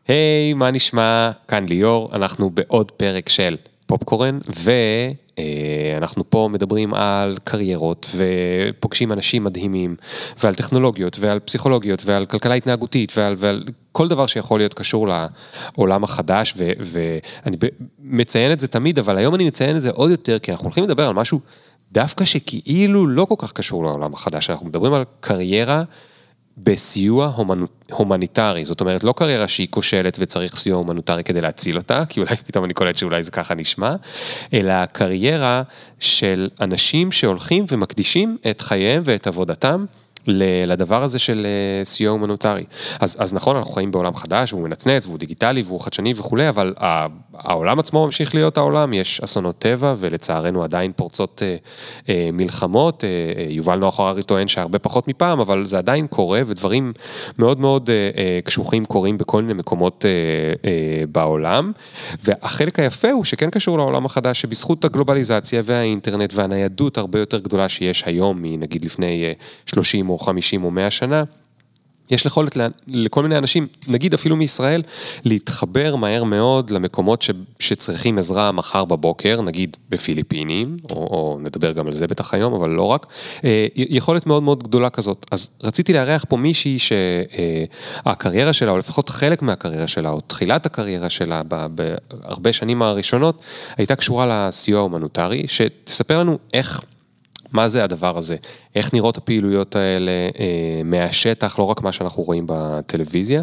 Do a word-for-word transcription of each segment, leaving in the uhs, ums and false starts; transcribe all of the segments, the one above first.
היי, מה נשמע? כאן ליאור, אנחנו בעוד פרק של פופקורן, ואנחנו פה מדברים על קריירות, ופוגשים אנשים מדהימים, ועל טכנולוגיות, ועל פסיכולוגיות, ועל כלכלה התנהגותית, ועל, ועל כל דבר שיכול להיות קשור לעולם החדש, ו, ואני מציין את זה תמיד, אבל היום אני מציין את זה עוד יותר, כי אנחנו הולכים לדבר על משהו דווקא שכאילו לא כל כך קשור לעולם החדש, אנחנו מדברים על קריירה, בסיוע הומניטרי, זאת אומרת, לא קריירה שהיא כושלת וצריך סיוע הומניטרי כדי להציל אותה, כי אולי פתאום אני קולט שאולי זה ככה נשמע, אלא קריירה של אנשים שהולכים ומקדישים את חייהם ואת עבודתם לדבר הזה של סיוע הומניטרי. אז, אז נכון, אנחנו חיים בעולם חדש, והוא מנצנץ, והוא דיגיטלי, והוא חדשני וכולי, אבל העולם עצמו ממשיך להיות העולם, יש אסונות טבע, ולצערנו עדיין פורצות אה, אה, מלחמות, אה, יובל נוח הררי טוען שהרבה פחות מפעם, אבל זה עדיין קורה, ודברים מאוד מאוד אה, אה, קשוחים קורים בכל מיני מקומות אה, אה, בעולם, והחלק היפה הוא שכן קשור לעולם החדש, שבזכות הגלובליזציה והאינטרנט והניידות הרבה יותר גדולה שיש היום, מנגיד לפני אה, שלושים או חמישים או מאה שנה, יש יכולת לכל מיני אנשים, נגיד אפילו מישראל, להתחבר מהר מאוד למקומות ש, שצריכים עזרה מחר בבוקר, נגיד בפיליפינים, או, או נדבר גם על זה בטח היום, אבל לא רק, יכולת מאוד מאוד גדולה כזאת. אז רציתי לארח פה מישהי שהקריירה שלה, או לפחות חלק מהקריירה שלה, או תחילת הקריירה שלה, בהרבה שנים הראשונות, הייתה קשורה לסיוע ההומניטרי, שתספר לנו איך מה זה הדבר הזה? איך נראות הפעילויות האלה אה, מהשטח, לא רק מה שאנחנו רואים בטלוויזיה,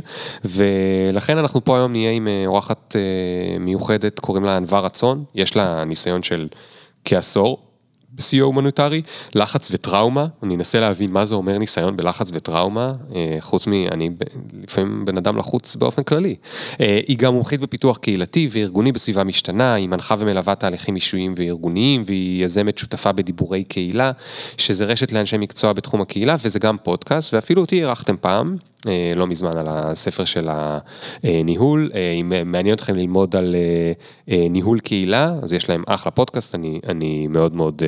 ולכן אנחנו פה היום נהיה עם אורחת אה, מיוחדת, קוראים לה ענווה רצון, יש לה ניסיון של כעשור, בסיוע הומניטרי, לחץ וטראומה, אני אנסה להבין מה זה אומר ניסיון בלחץ וטראומה, חוץ מי, אני לפעמים בן אדם לחוץ באופן כללי. היא גם מומחית בפיתוח קהילתי וארגוני בסביבה משתנה, היא מנחה ומלווה תהליכים אישיים וארגוניים, והיא יזמת שותפה בדיבורי קהילה, שזה רשת לאנשי מקצוע בתחום הקהילה, וזה גם פודקאסט, ואפילו אותי ערכתם פעם, לא מזמן על הספר של הניהול, אם מעניין אתכם ללמוד על ניהול קהילה, אז יש להם אחלה פודקאסט, אני, אני מאוד מאוד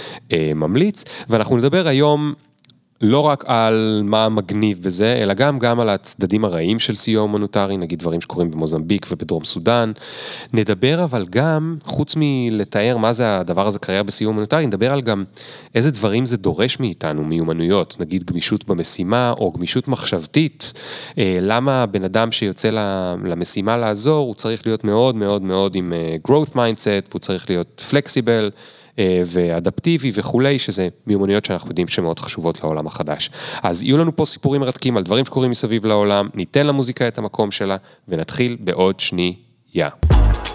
ממליץ, ואנחנו נדבר היום לא רק על מה מגניב בזה, אלא גם, גם על הצדדים הרעים של סיוע הומניטרי, נגיד דברים שקורים במוזמביק ובדרום סודן. נדבר אבל גם, חוץ מלתאר מה זה הדבר הזה, קריירה בסיוע הומניטרי, נדבר על גם איזה דברים זה דורש מאיתנו, מיומנויות, נגיד גמישות במשימה או גמישות מחשבתית. למה בן אדם שיוצא למשימה לעזור, הוא צריך להיות מאוד מאוד מאוד עם growth mindset, הוא צריך להיות flexible, ואדפטיבי וכולי, שזה מיומנויות שאנחנו יודעים שמאוד חשובות לעולם החדש. אז יהיו לנו פה סיפורים מרתקים על דברים שקורים מסביב לעולם, ניתן למוזיקה את המקום שלה, ונתחיל בעוד שנייה. Yeah.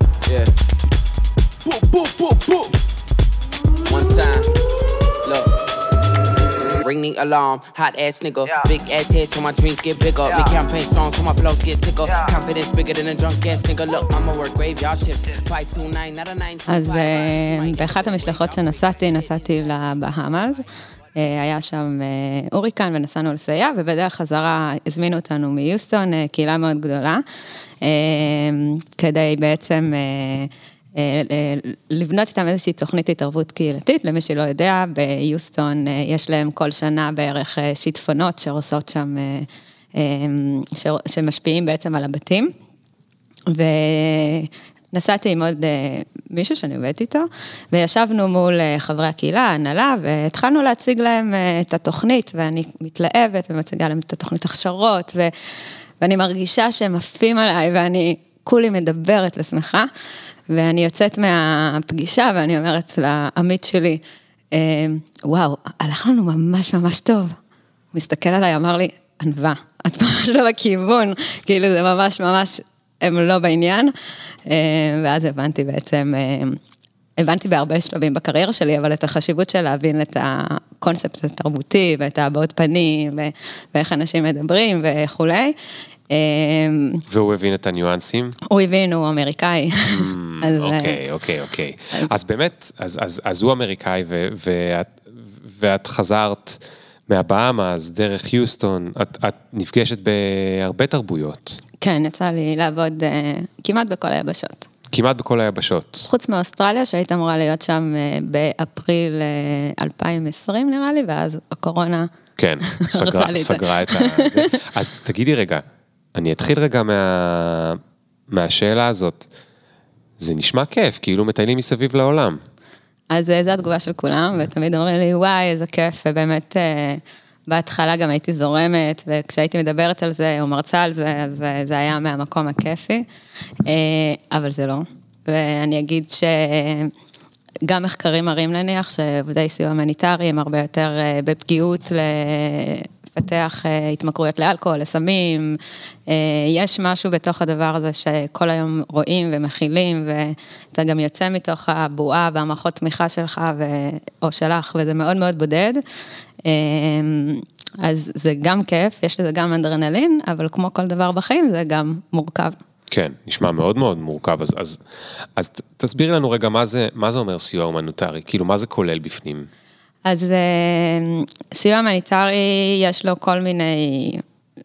One time, look. Ring the alarm, hot ass nigga, yeah. Big ass head so my dreams get bigger, yeah. Big campaign strong so my flows get sicker, yeah. Confidence bigger than a drunk ass nigga, look, I'ma work graveyard shifts, five two nine, not a nine two five. אז באחת המשלחות שנסעתי, נסעתי לבהאמאז, היה שם אוריקן ונסענו לסייע, ובדרך חזרה הזמינו אותנו מיוסטון, קהילה מאוד גדולה, כדי בעצם לבנות איתם איזושהי תוכנית התערבות קהילתית, למי שלא יודע, ביוסטון יש להם כל שנה בערך שיטפונות שעושות שם, שמשפיעים בעצם על הבתים, ונסעתי עם עוד מישהו שאני עובדת איתו, וישבנו מול חברי הקהילה, הנהלה, והתחלנו להציג להם את התוכנית, ואני מתלהבת ומציגה להם את התוכנית הכשרות, ו... ואני מרגישה שהם עפים עליי, ואני כולי מדברת לשמחה, ואני יוצאת מהפגישה, ואני אומרת לעמית שלי, וואו, הלך לנו ממש ממש טוב. הוא מסתכל עליי, אמר לי, ענווה, את ממש לא בכיוון, כאילו זה ממש ממש, הם לא בעניין, ואז הבנתי בעצם, הבנתי בהרבה שלבים בקריירה שלי, אבל את החשיבות של להבין את הקונספט התרבותי, ואת הבעות פנים, ואיך אנשים מדברים וכולי, והוא הבין את הניואנסים? הוא הבין, הוא אמריקאי. אוקיי, אוקיי, אוקיי. אז באמת, אז הוא אמריקאי, ואת חזרת מהבאמה, אז דרך יוסטון, את נפגשת בהרבה תרבויות. כן, יצא לי לעבוד כמעט בכל היבשות. כמעט בכל היבשות. חוץ מאוסטרליה, שהיית אמורה להיות שם באפריל אלפיים ועשרים, נראה לי, ואז הקורונה... כן, סגרה את זה. אז תגידי רגע, אני אתחיל רגע מה... מהשאלה הזאת. זה נשמע כיף, כאילו מטיילים מסביב לעולם. אז זו התגובה של כולם, ותמיד אומרים לי, וואי, איזה כיף, ובאמת בהתחלה גם הייתי זורמת, וכשהייתי מדברת על זה, או מרצה על זה, אז זה היה מהמקום הכיפי, אבל זה לא. ואני אגיד שגם מחקרים מראים להניח, שעובדי סיוע הומניטרי הם הרבה יותר בפגיעות לפתח התמכרויות לאלכוהול, לסמים, יש משהו בתוך הדבר הזה שכל היום רואים ומכילים, ואתה גם יוצא מתוך הבועה והמערכות תמיכה שלך או שלך, וזה מאוד מאוד בודד, אז זה גם כיף, יש לזה גם אדרנלין, אבל כמו כל דבר בחיים זה גם מורכב. כן, נשמע מאוד מאוד מורכב, אז, אז, אז תסביר לנו רגע מה זה, מה זה אומר סיוע הומניטרי, כאילו מה זה כולל בפנים? אז סיוע הומניטרי יש לו כל מיני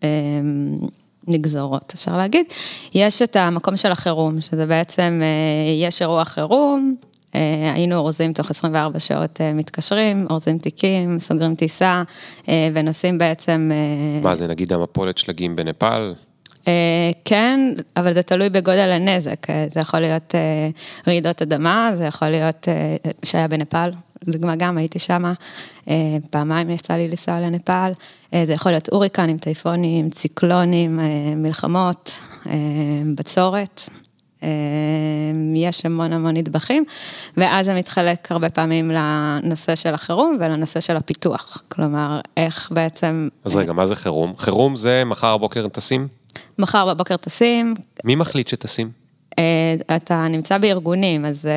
נגזרות, אפשר להגיד. יש את המקום של החירום, שזה בעצם, יש אירוע חירום, היינו אורזים תוך עשרים וארבע שעות מתקשרים, אורזים תיקים, סוגרים טיסה, ונוסעים בעצם... מה זה, נגיד המפולת שלגים בנפאל? כן, אבל זה תלוי בגודל הנזק, זה יכול להיות רעידות אדמה, זה יכול להיות שהיה בנפאל, דוגמה גם, הייתי שמה, פעמיים יצא לי לנסוע לנפאל, זה יכול להיות אוריקנים, טייפונים, ציקלונים, מלחמות, בצורת, יש המון המון נדבכים, ואז זה מתחלק הרבה פעמים לנושא של החירום ולנושא של הפיתוח, כלומר, איך בעצם... אז רגע, מה זה חירום? חירום זה מחר בבוקר טסים? מחר בבוקר טסים. מי מחליט שטסים? אתה נמצא בארגונים, אז,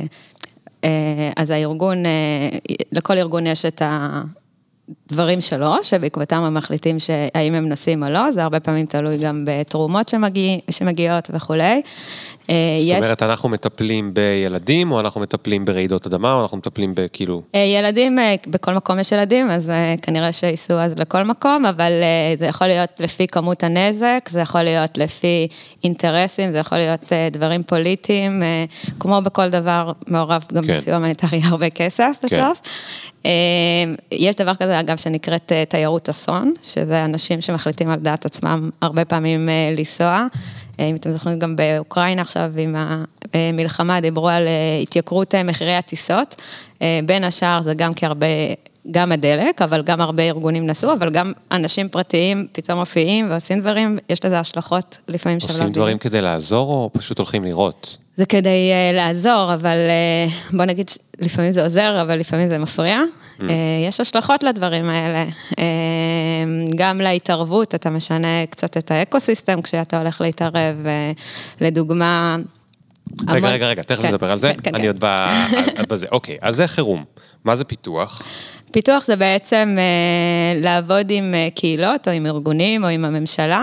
אז הארגון, לכל ארגון יש את הדברים שלו, שבעקבותם הם מחליטים שהאם הם נוסעים או לא, זה הרבה פעמים תלוי גם בתרומות שמגיע, שמגיעות וכולי. זאת יש... אומרת, אנחנו מטפלים בילדים, או אנחנו מטפלים ברעידות אדמה, או אנחנו מטפלים בכאילו... ילדים, בכל מקום יש ילדים, אז כנראה שייסעו אז לכל מקום, אבל זה יכול להיות לפי כמות הנזק, זה יכול להיות לפי אינטרסים, זה יכול להיות דברים פוליטיים, כמו בכל דבר מעורב, גם כן. בסיוע הומניטרי הרבה כסף בסוף. כן. יש דבר כזה, אגב, שנקראת תיירות אסון, שזה אנשים שמחליטים על דעת עצמם הרבה פעמים לנסוע, אם אתם זוכרים גם באוקראינה עכשיו, עם המלחמה דיברו על התייקרות מחירי הטיסות, בין השאר זה גם כהרבה, גם הדלק, אבל גם הרבה ארגונים נסעו, אבל גם אנשים פרטיים פתאום מופיעים ועושים דברים, יש לזה השלכות לפעמים שלא. עושים דברים כדי לעזור או פשוט הולכים לראות? זה כדי לעזור, אבל בוא נגיד, לפעמים זה עוזר, אבל לפעמים זה מפריע. יש השלכות לדברים האלה. גם להתערבות, אתה משנה קצת את האקוסיסטם, כשאתה הולך להתערב, לדוגמה... רגע, רגע, רגע, תכף נדבר על זה. אני עוד בזה. אוקיי, אז זה חירום. מה זה פיתוח? פיתוח זה בעצם לעבוד עם קהילות, או עם ארגונים, או עם הממשלה,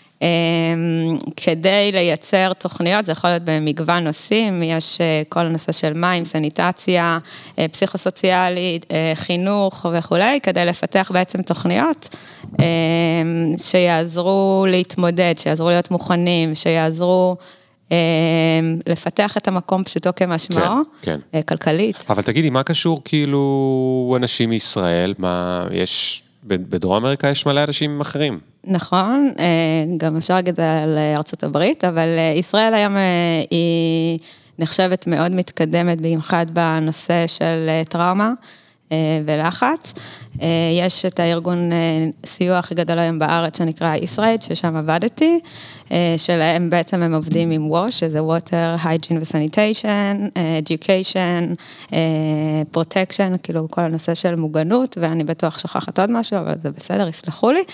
כדי לייצר תוכניות, זה יכול להיות במגוון נושאים, יש כל הנושא של מים, סניטציה, פסיכוסוציאלית, חינוך וכו', כדי לפתח בעצם תוכניות שיעזרו להתמודד, שיעזרו להיות מוכנים, שיעזרו לפתח את המקום פשוטו כמשמעו, כן, כן. כלכלית. אבל תגידי, מה קשור כאילו אנשים מישראל, מה יש... בדרום אמריקה יש מלא אנשים אחרים. נכון, גם אפשר להגיד על ארצות הברית, אבל ישראל היום היא נחשבת מאוד מתקדמת, במיוחד בנושא של טראומה ולחץ. יש את הארגון סיוע הכי גדול היום בארץ, שנקרא ישראל, ששם עבדתי, שלהם בעצם הם עובדים עם ווש, שזה water, hygiene ו-sanitation, education, protection, כאילו כל הנושא של מוגנות, ואני בטוח שכחת עוד משהו, אבל זה בסדר, יסלחו לי.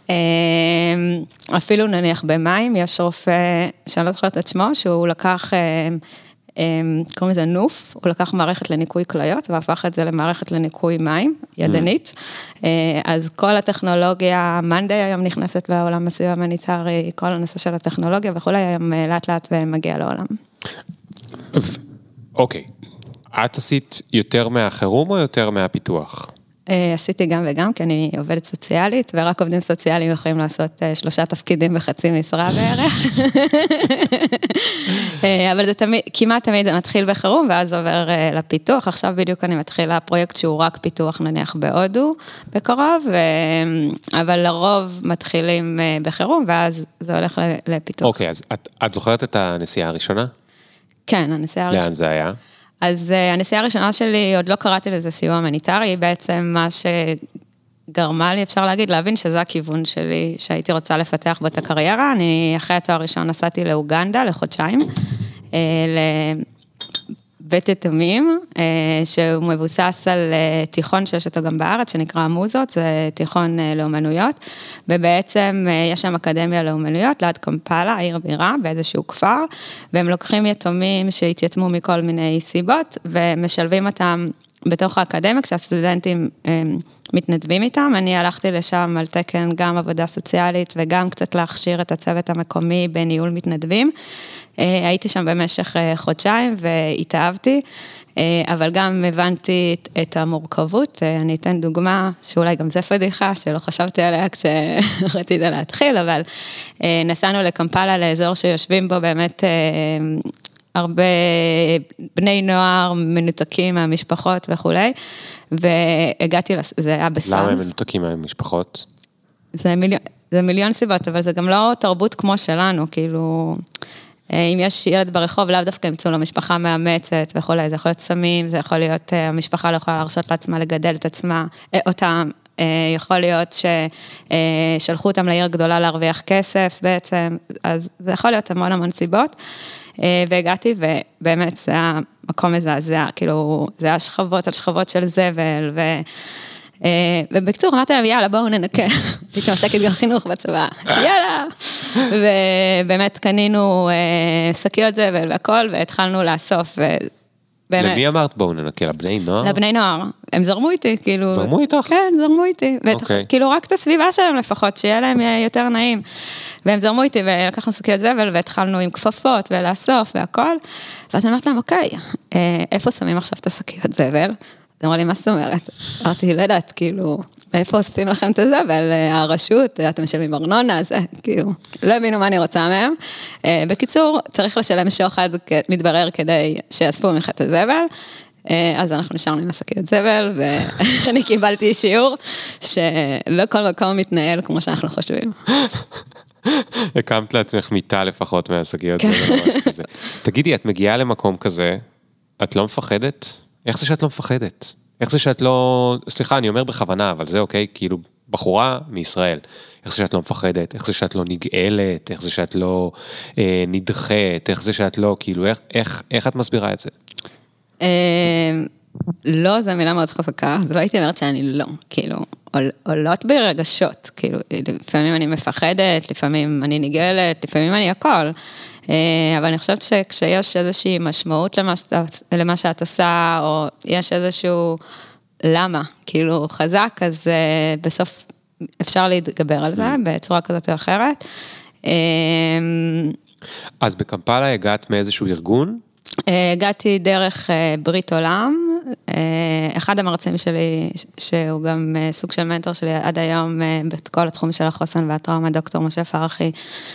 אפילו נניח במים, יש רופא, שאני לא זוכרת את שמו, שהוא לקח... קוראים לזה נוף, הוא לקח מערכת לניקוי כליות, והפך את זה למערכת לניקוי מים, ידנית. אז כל הטכנולוגיה, מנדי היום נכנסת לעולם הסיוע הומניטרי, כל הנושא של הטכנולוגיה וכולי, היום לאט לאט ומגיע לעולם. אוקיי, את עשית יותר מהחירום או יותר מהפיתוח? עשיתי גם וגם, כי אני עובדת סוציאלית, ורק עובדים סוציאליים יכולים לעשות שלושה תפקידים בחצי משרה בערך. אבל זה תמיד, כמעט תמיד זה מתחיל בחירום, ואז עובר לפיתוח. עכשיו בדיוק אני מתחילה פרויקט שהוא רק פיתוח, נניח בהודו, בקרוב, אבל לרוב מתחילים בחירום, ואז זה הולך לפיתוח. אוקיי, אז את, את זוכרת את הנסיעה הראשונה? כן, הנסיעה הראשונה. לאן זה היה? אז uh, הנסיעה הראשונה שלי, עוד לא קראתי לזה סיוע הומניטרי, היא בעצם מה שגרמה לי, אפשר להגיד, להבין שזה הכיוון שלי, שהייתי רוצה לפתח בו את הקריירה. אני אחרי התואר ראשון נסעתי לאוגנדה לחודשיים, uh, לבית יתומים, uh, שהוא מבוסס על uh, תיכון שיש אותו גם בארץ, שנקרא המוזות, זה תיכון uh, לאומנויות, ובעצם uh, יש שם אקדמיה לאומנויות, ליד קמפלה, העיר בירה, באיזשהו כפר, והם לוקחים יתומים שהתייתמו מכל מיני סיבות, ומשלבים אותם בתוך האקדמיה, כשהסטודנטים um, מתנדבים איתם. אני הלכתי לשם על תקן גם עבודה סוציאלית, וגם קצת להכשיר את הצוות המקומי בניהול מתנדבים. Uh, הייתי שם במשך uh, חודשיים והתאהבתי, uh, אבל גם הבנתי את, את המורכבות. Uh, אני אתן דוגמה, שאולי גם זה פדיחה, שלא חשבתי עליה כשרציתי להתחיל, אבל uh, נסענו לקמפלה, לאזור שיושבים בו באמת uh, הרבה בני נוער מנותקים מהמשפחות וכולי, והגעתי, לס... זה היה בסאנס. למה הם מנותקים מהמשפחות? זה מיליון, זה מיליון סיבות, אבל זה גם לא תרבות כמו שלנו, כאילו, אם יש ילד ברחוב, לאו דווקא ימצאו לו משפחה מאמצת וכולי, זה יכול להיות סמים, זה יכול להיות, המשפחה לא יכולה להרשות לעצמה לגדל את עצמה, אותם, יכול להיות ששלחו אותם לעיר גדולה להרוויח כסף בעצם, אז זה יכול להיות המון המון סיבות, והגעתי ובאמת זה המקום מזעזע, כאילו זה היה שכבות על שכבות של זבל, ו... ובקצור, אמרתי להם, יאללה, בואו ננקה, הייתי משקת גם חינוך בצבא, יאללה, ובאמת קנינו שקיות זבל והכל, והתחלנו לאסוף, ובאמת. למי אמרת בואו ננקה? לבני נוער? לבני נוער, הם זרמו איתי, כאילו. זרמו איתך? כן, זרמו איתי, כאילו רק את הסביבה שלהם לפחות, שיהיה להם יותר נעים, והם זרמו איתי, ולקחנו שקיות זבל, והתחלנו עם כפפות, ולאסוף והכל, ואז אמרתי להם, אוקיי, איפה שמים עכשיו את השקיות זבל? אז אמרו לי, מה זאת אומרת? אמרתי, לא יודעת, כאילו, איפה אוספים לכם את הזבל? הרשות, אתם משלמים ארנונה, זה, כאילו, לא הבינו מה אני רוצה מהם. בקיצור, צריך לשלם שוחד, מתברר כדי שיאספו ממך את הזבל, אז אנחנו נשארנו עם השקיות זבל, ואני קיבלתי שיעור שלא כל מקום מתנהל כמו שאנחנו חושבים. הקמת לעצמך מיטה לפחות מהשקיות זבל. תגידי, את מגיעה למקום כזה, את לא מפחדת? איך זה שאת לא מפחדת? איך זה שאת לא, סליחה, אני אומר בכוונה, אבל זה אוקיי, כאילו, בחורה מישראל, איך זה שאת לא מפחדת, איך זה שאת לא נגאלת, איך זה שאת לא אה, נדחת, איך זה שאת לא, כאילו, איך, איך, איך את מסבירה את זה? לא, זו מילה מאוד חזקה, אז לא הייתי אומרת שאני לא, כאילו, עולות ברגשות, כאילו, לפעמים אני מפחדת, לפעמים אני נגאלת, לפעמים אני הכל, אבל אני חושבת שכשיש איזושהי משמעות למה שאת, למה שאת עושה, או יש איזשהו למה, כאילו חזק, אז בסוף אפשר להתגבר על זה בצורה כזאת או אחרת. אז בקמפלה הגעת מאיזשהו ארגון? הגעתי דרך ברית עולם, אחד המרצים שלי, שהוא גם סוג של מנטור שלי עד היום, בכל התחום של החוסן והטראומה, דוקטור משה פרחי,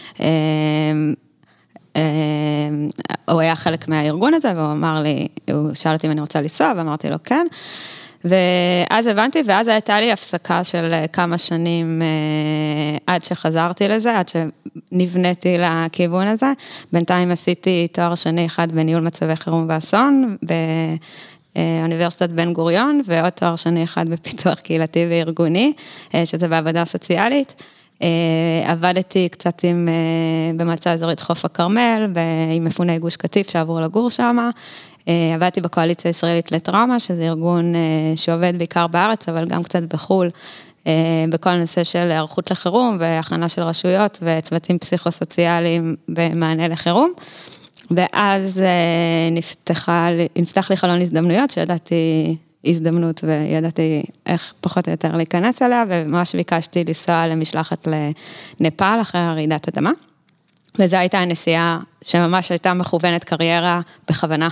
הוא היה חלק מהארגון הזה, והוא אמר לי, הוא שאל אותי אם אני רוצה לנסוע, ואמרתי לו כן, ואז הבנתי, ואז הייתה לי הפסקה של כמה שנים עד שחזרתי לזה, עד שנבניתי לכיוון הזה. בינתיים עשיתי תואר שני אחד בניהול מצבי חירום ואסון, באוניברסיטת בן גוריון, ועוד תואר שני אחד בפיתוח קהילתי וארגוני, שזה בעבודה סוציאלית. עבדתי קצת עם, במועצה אזורית חוף הכרמל, עם מפוני גוש קטיף שעברו לגור שם, עבדתי בקואליציה הישראלית לטראומה, שזה ארגון שעובד בעיקר בארץ, אבל גם קצת בחול, בכל נושא של הערכות לחירום, והכנה של רשויות, וצוותים פסיכוסוציאליים במענה לחירום, ואז נפתחה, נפתח לי חלון הזדמנויות, שידעתי הזדמנות, וידעתי איך פחות או יותר להיכנס אליה, וממש ביקשתי לנסוע למשלחת לנפאל, אחרי רעידת אדמה, וזו הייתה הנסיעה שממש הייתה מכוונת קריירה בכוונה,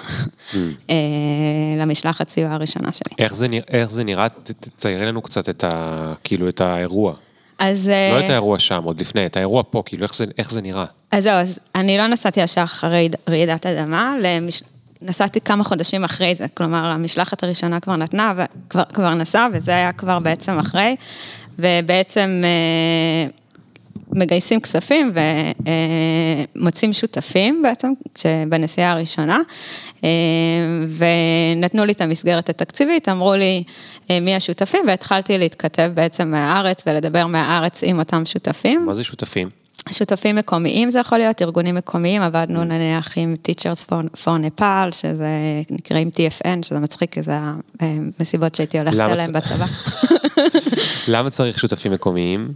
למשלחת סיוע הראשונה שלי. איך זה נראה? תציירי לנו קצת את ה... כאילו, את האירוע. אז... לא את האירוע שם, עוד לפני, את האירוע פה, כאילו, איך זה, איך זה נראה? אז זהו, אז אני לא נסעתי ישר אחרי רעידת אדמה, למש... נסעתי כמה חודשים אחרי זה, כלומר, המשלחת הראשונה כבר נתנה, וכבר, כבר נסע, וזה היה כבר בעצם אחרי, ובעצם מגייסים כספים ומוצאים שותפים בעצם, בנסיעה הראשונה, ונתנו לי את המסגרת התקציבית, אמרו לי מי השותפים, והתחלתי להתכתב בעצם מהארץ, ולדבר מהארץ עם אותם שותפים. מה זה שותפים? שותפים מקומיים זה יכול להיות, ארגונים מקומיים, עבדנו נניח עם Teachers for, for Nepal, שזה נקראים טי אף אן, שזה מצחיק, כי זה המסיבות שהייתי הולכת עליהם בצבא. למה צריך שותפים מקומיים?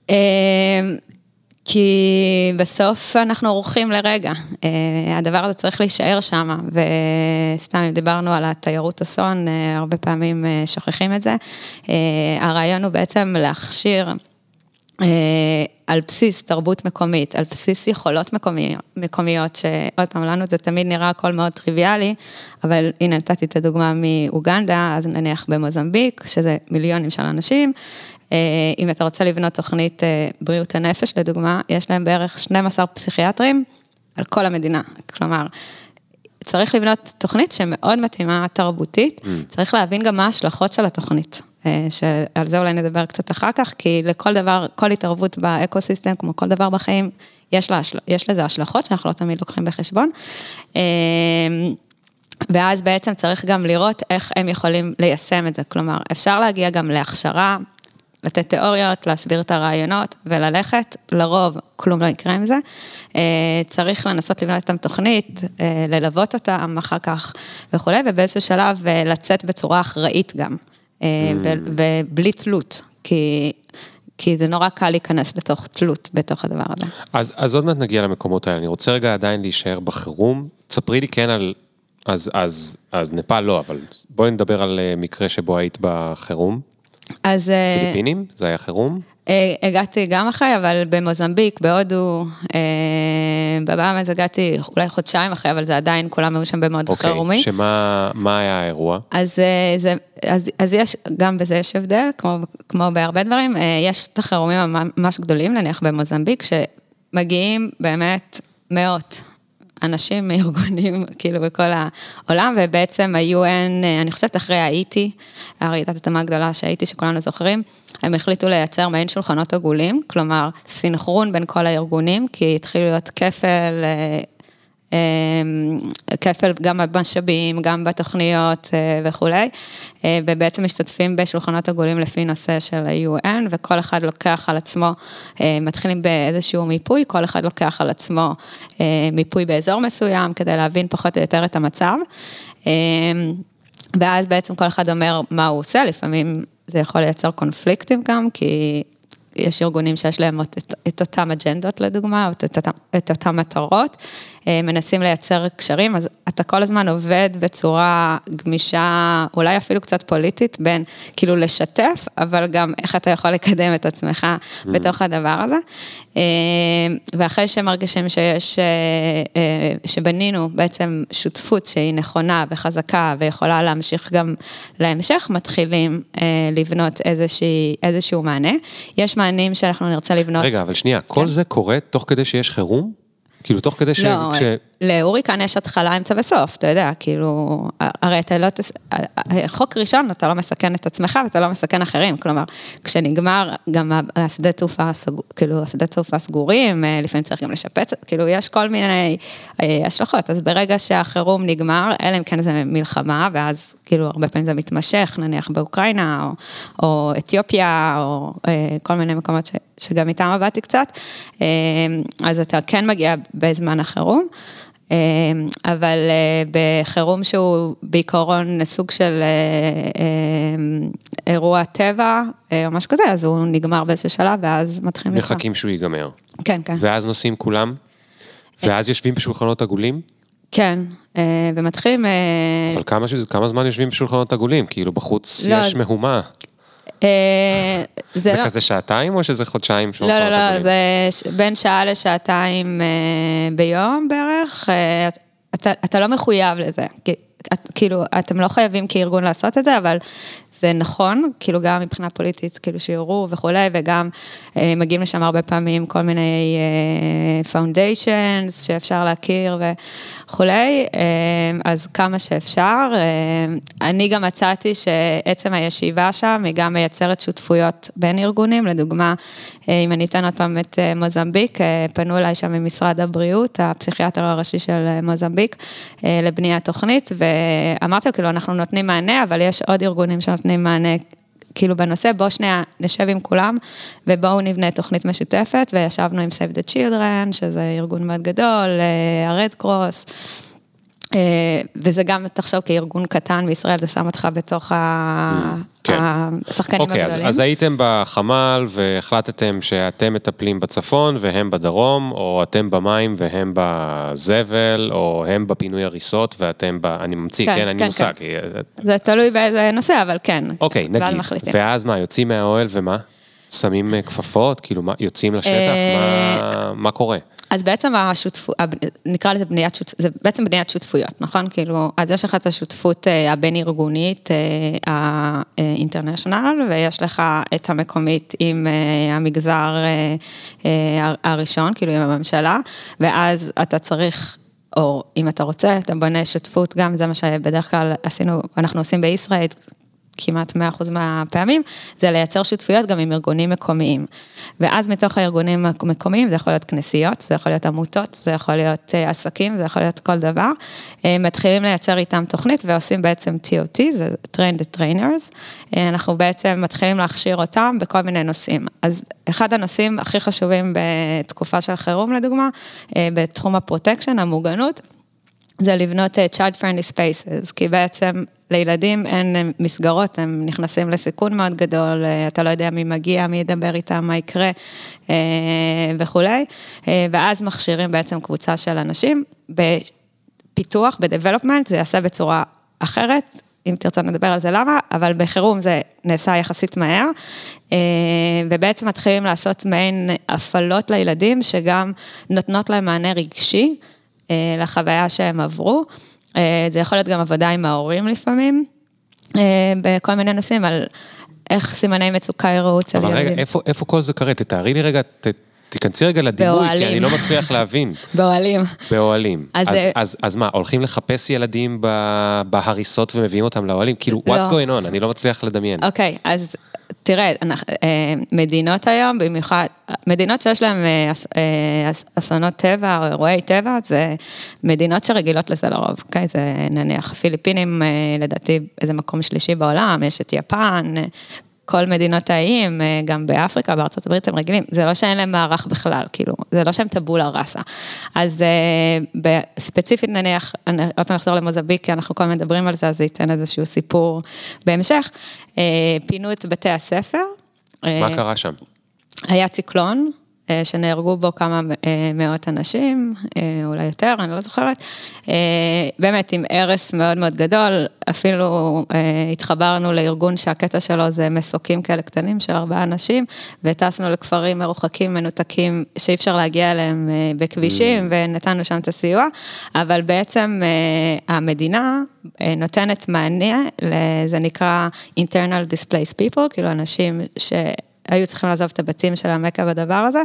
כי בסוף אנחנו עורכים לרגע, הדבר הזה צריך להישאר שם, וסתם אם דיברנו על התיירות אסון, הרבה פעמים שוכחים את זה, הרעיון הוא בעצם להכשיר, על בסיס תרבות מקומית, על בסיס יכולות מקומיות, מקומיות, שעוד פעם לנו זה תמיד נראה הכל מאוד טריוויאלי, אבל הנה נתתי את הדוגמה מאוגנדה, אז נניח במוזמביק, שזה מיליונים של אנשים, אם אתה רוצה לבנות תוכנית בריאות הנפש, לדוגמה, יש להם בערך שנים עשר פסיכיאטרים על כל המדינה, כלומר, צריך לבנות תוכנית שמאוד מתאימה תרבותית, mm. צריך להבין גם מה ההשלכות של התוכנית, שעל זה אולי נדבר קצת אחר כך, כי לכל דבר, כל התערבות באקוסיסטם, כמו כל דבר בחיים, יש, לה, יש לזה השלכות שאנחנו לא תמיד לוקחים בחשבון, ואז בעצם צריך גם לראות איך הם יכולים ליישם את זה, כלומר, אפשר להגיע גם להכשרה, לתת תיאוריות, להסביר את הרעיונות וללכת, לרוב כלום לא יקרה עם זה, צריך לנסות לבנות אותם תוכנית, ללוות אותם אחר כך וכו', ובאיזשהו שלב לצאת בצורה אחראית גם, ובלי תלות, כי... כי זה נורא קל להיכנס לתוך תלות בתוך הדבר הזה. אז, אז עוד מעט נגיע למקומות האלה, אני רוצה רגע עדיין להישאר בחירום, תספרי לי כן על, אז, אז, אז נפאל לא, אבל בואי נדבר על מקרה שבו היית בחירום. אז... פיליפינים? זה היה חירום? הגעתי גם אחרי, אבל במוזמביק, בהודו, בבאמאז הגעתי אולי חודשיים אחרי, אבל זה עדיין, כולם היו שם במוד חירומי. אוקיי, שמה מה היה האירוע? אז, זה, אז, אז יש, גם בזה יש הבדל, כמו, כמו בהרבה דברים, יש את החירומים ממש גדולים, נניח במוזמביק, שמגיעים באמת מאות. אנשים מארגונים, כאילו, בכל העולם, ובעצם ה-יו אן, אני חושבת אחרי האיטי, הרעידת אדמה הגדולה שהאיטי, שכולנו זוכרים, הם החליטו לייצר מעין שולחנות עגולים, כלומר, סינכרון בין כל הארגונים, כי התחילו להיות כפל, כפל גם במשאבים, גם בתוכניות וכו', ובעצם משתתפים בשולחנות עגולים לפי נושא של ה-יו אן, וכל אחד לוקח על עצמו, מתחילים באיזשהו מיפוי, כל אחד לוקח על עצמו מיפוי באזור מסוים, כדי להבין פחות או יותר את המצב, ואז בעצם כל אחד אומר מה הוא עושה, לפעמים זה יכול לייצר קונפליקטים גם, כי יש ארגונים שיש להם את, את אותם אג'נדות לדוגמה, את, את, את אותם מטרות, מנסים לייצר קשרים, אז אתה כל הזמן עובד בצורה גמישה, אולי אפילו קצת פוליטית, בין כאילו לשתף, אבל גם איך אתה יכול לקדם את עצמך mm. בתוך הדבר הזה. ואחרי שמרגישים שיש, שבנינו בעצם שותפות שהיא נכונה וחזקה, ויכולה להמשיך גם להמשך, מתחילים לבנות איזושהי, איזשהו מענה. יש מענים שאנחנו נרצה לבנות. רגע, אבל שנייה, כל כן? זה קורה תוך כדי שיש חירום? כאילו, תוך כדי ש... לא, ש... להוריקן יש התחלה, אמצע וסוף, אתה יודע, כאילו, הרי אתה לא... חוק ראשון, אתה לא מסכן את עצמך, ואתה לא מסכן אחרים, כלומר, כשנגמר, גם השדה תעופה, כאילו, השדה תעופה סגורים, לפעמים צריך גם לשפץ, כאילו, יש כל מיני השלכות, אז ברגע שהחירום נגמר, אלא אם כן זה מלחמה, ואז, כאילו, הרבה פעמים זה מתמשך, נניח באוקראינה, או, או אתיופיה, או כל מיני מקומות ש... שגם איתם עבדתי קצת, אז אתה כן מגיע בזמן החירום, אבל בחירום שהוא בעיקרון סוג של אירוע טבע, או משהו כזה, אז הוא נגמר באיזשהו שלב, ואז מתחילים לצוע. מחכים שהוא ייגמר. כן, כן. ואז נוסעים כולם, ואז יושבים בשולחנות עגולים? כן, ומתחילים... אבל כמה, כמה זמן יושבים בשולחנות עגולים? כאילו בחוץ יש מהומה. זה כזה שעתיים או שזה חודשיים? לא, לא, לא, זה בין שעה לשעתיים ביום בערך, להמשיך, אתה, אתה לא מחויב לזה, את, כאילו, אתם לא חייבים כארגון לעשות את זה, אבל זה נכון, כאילו גם מבחינה פוליטית, כאילו שיעורו וכולי, וגם אה, מגיעים לשם הרבה פעמים כל מיני פאונדיישנס אה, שאפשר להכיר וכולי, אה, אז כמה שאפשר. אה, אני גם מצאתי שעצם הישיבה שם, היא גם מייצרת שותפויות בין ארגונים, לדוגמה, אה, אם אני אתן עוד פעם את אה, מוזמביק, אה, פנו אליי שם ממשרד הבריאות, הפסיכיאטר הראשי של אה, מוזמביק, אה, לבניית תוכנית, ואמרתי לו, כאילו, אנחנו נותנים מענה, אבל יש עוד ארגונים שנותנים מענה, כאילו בנושא, בואו שנייה נשב עם כולם, ובואו נבנה תוכנית משותפת, וישבנו עם Save the Children, שזה ארגון מאוד גדול, ה-Red Cross, וזה גם, תחשוב, כארגון קטן בישראל, זה שם אותך בתוך השחקנים הגדולים. אוקיי, אז הייתם בחמ"ל, והחלטתם שאתם מטפלים בצפון, והם בדרום, או אתם במים, והם בזבל, או הם בפינוי הריסות, ואתם ב... אני ממציא, כן, אני מושג. זה תלוי באיזה נושא, אבל כן. אוקיי, נגיד. ואז מה, יוצאים מהאוהל ומה? שמים כפפות? כאילו, יוצאים לשטח? מה קורה? אז בעצם השותפות, נקרא לזה בניית שותפות, זה בעצם בניית שותפויות, נכון? כאילו, אז יש לך את השותפות הבין-ארגונית, האינטרנשיונל, ויש לך את המקומית עם המגזר הראשון, כאילו עם הממשלה, ואז אתה צריך, או אם אתה רוצה, אתה בונה שותפות, גם זה מה שבדרך כלל עשינו, אנחנו עושים בישראל, כמעט מאה אחוז מהפעמים, זה לייצר שותפויות גם עם ארגונים מקומיים. ואז מתוך הארגונים המקומיים, זה יכול להיות כנסיות, זה יכול להיות עמותות, זה יכול להיות עסקים, זה יכול להיות כל דבר. מתחילים לייצר איתם תוכנית, ועושים בעצם טי או טי, זה Train the Trainers. אנחנו בעצם מתחילים להכשיר אותם בכל מיני נושאים. אז אחד הנושאים הכי חשובים בתקופה של חירום, לדוגמה, בתחום הפרוטקשן, המוגנות, זה לבנות child friendly spaces, כי בעצם לילדים אין מסגרות, הם נכנסים לסיכון מאוד גדול, אתה לא יודע מי מגיע, מי ידבר איתם, מה יקרה וכולי, ואז מכשירים בעצם קבוצה של אנשים, בפיתוח, בדבלופמנט, זה יעשה בצורה אחרת, אם תרצה נדבר על זה למה, אבל בחירום זה נעשה יחסית מהר, ובעצם מתחילים לעשות מעין הפעלות לילדים, שגם נותנות להם מענה רגשי, לחוויה שהם עברו, זה יכול להיות גם עבודה עם ההורים לפעמים, בכל מיני נושאים על איך סימני מצוקה יראו אצל ילדים. אבל רגע, איפה, איפה כל זה קרה? תתארי לי רגע, ת, תיכנסי רגע לדימוי, כי אני לא מצליח להבין. באוהלים. באוהלים. אז, אז, אז, אז מה, הולכים לחפש ילדים בהריסות ומביאים אותם לאוהלים? כאילו, what's going on? אני לא מצליח לדמיין. אוקיי, אז תראה, מדינות היום, במיוחד, מדינות שיש להן אסונות טבע או אירועי טבע, זה מדינות שרגילות לזה לרוב, אוקיי? זה נניח פיליפינים, לדעתי, איזה מקום שלישי בעולם, יש את יפן, כל מדינות האיים, גם באפריקה, בארצות הברית, הם רגילים, זה לא שאין להם מערך בכלל, כאילו, זה לא שהם טבולה ראסה. אז ספציפית נניח, אני עוד פעם אחזור למוזמביק, כי אנחנו כל מדברים על זה, אז זה ייתן איזשהו סיפור בהמשך. פינו את בתי הספר. מה קרה שם? היה ציקלון, שנהרגו בו כמה מאות אנשים, אולי יותר, אני לא זוכרת, באמת עם ערס מאוד מאוד גדול, אפילו התחברנו לארגון שהקטע שלו זה מסוקים כאלה קטנים של ארבעה אנשים, וטסנו לכפרים מרוחקים, מנותקים, שאי אפשר להגיע אליהם בכבישים, ונתנו שם את הסיוע, אבל בעצם המדינה נותנת מענה, זה נקרא internal displaced people, כאילו אנשים ש... היו צריכים לעזוב את הבתים של המקה בדבר הזה,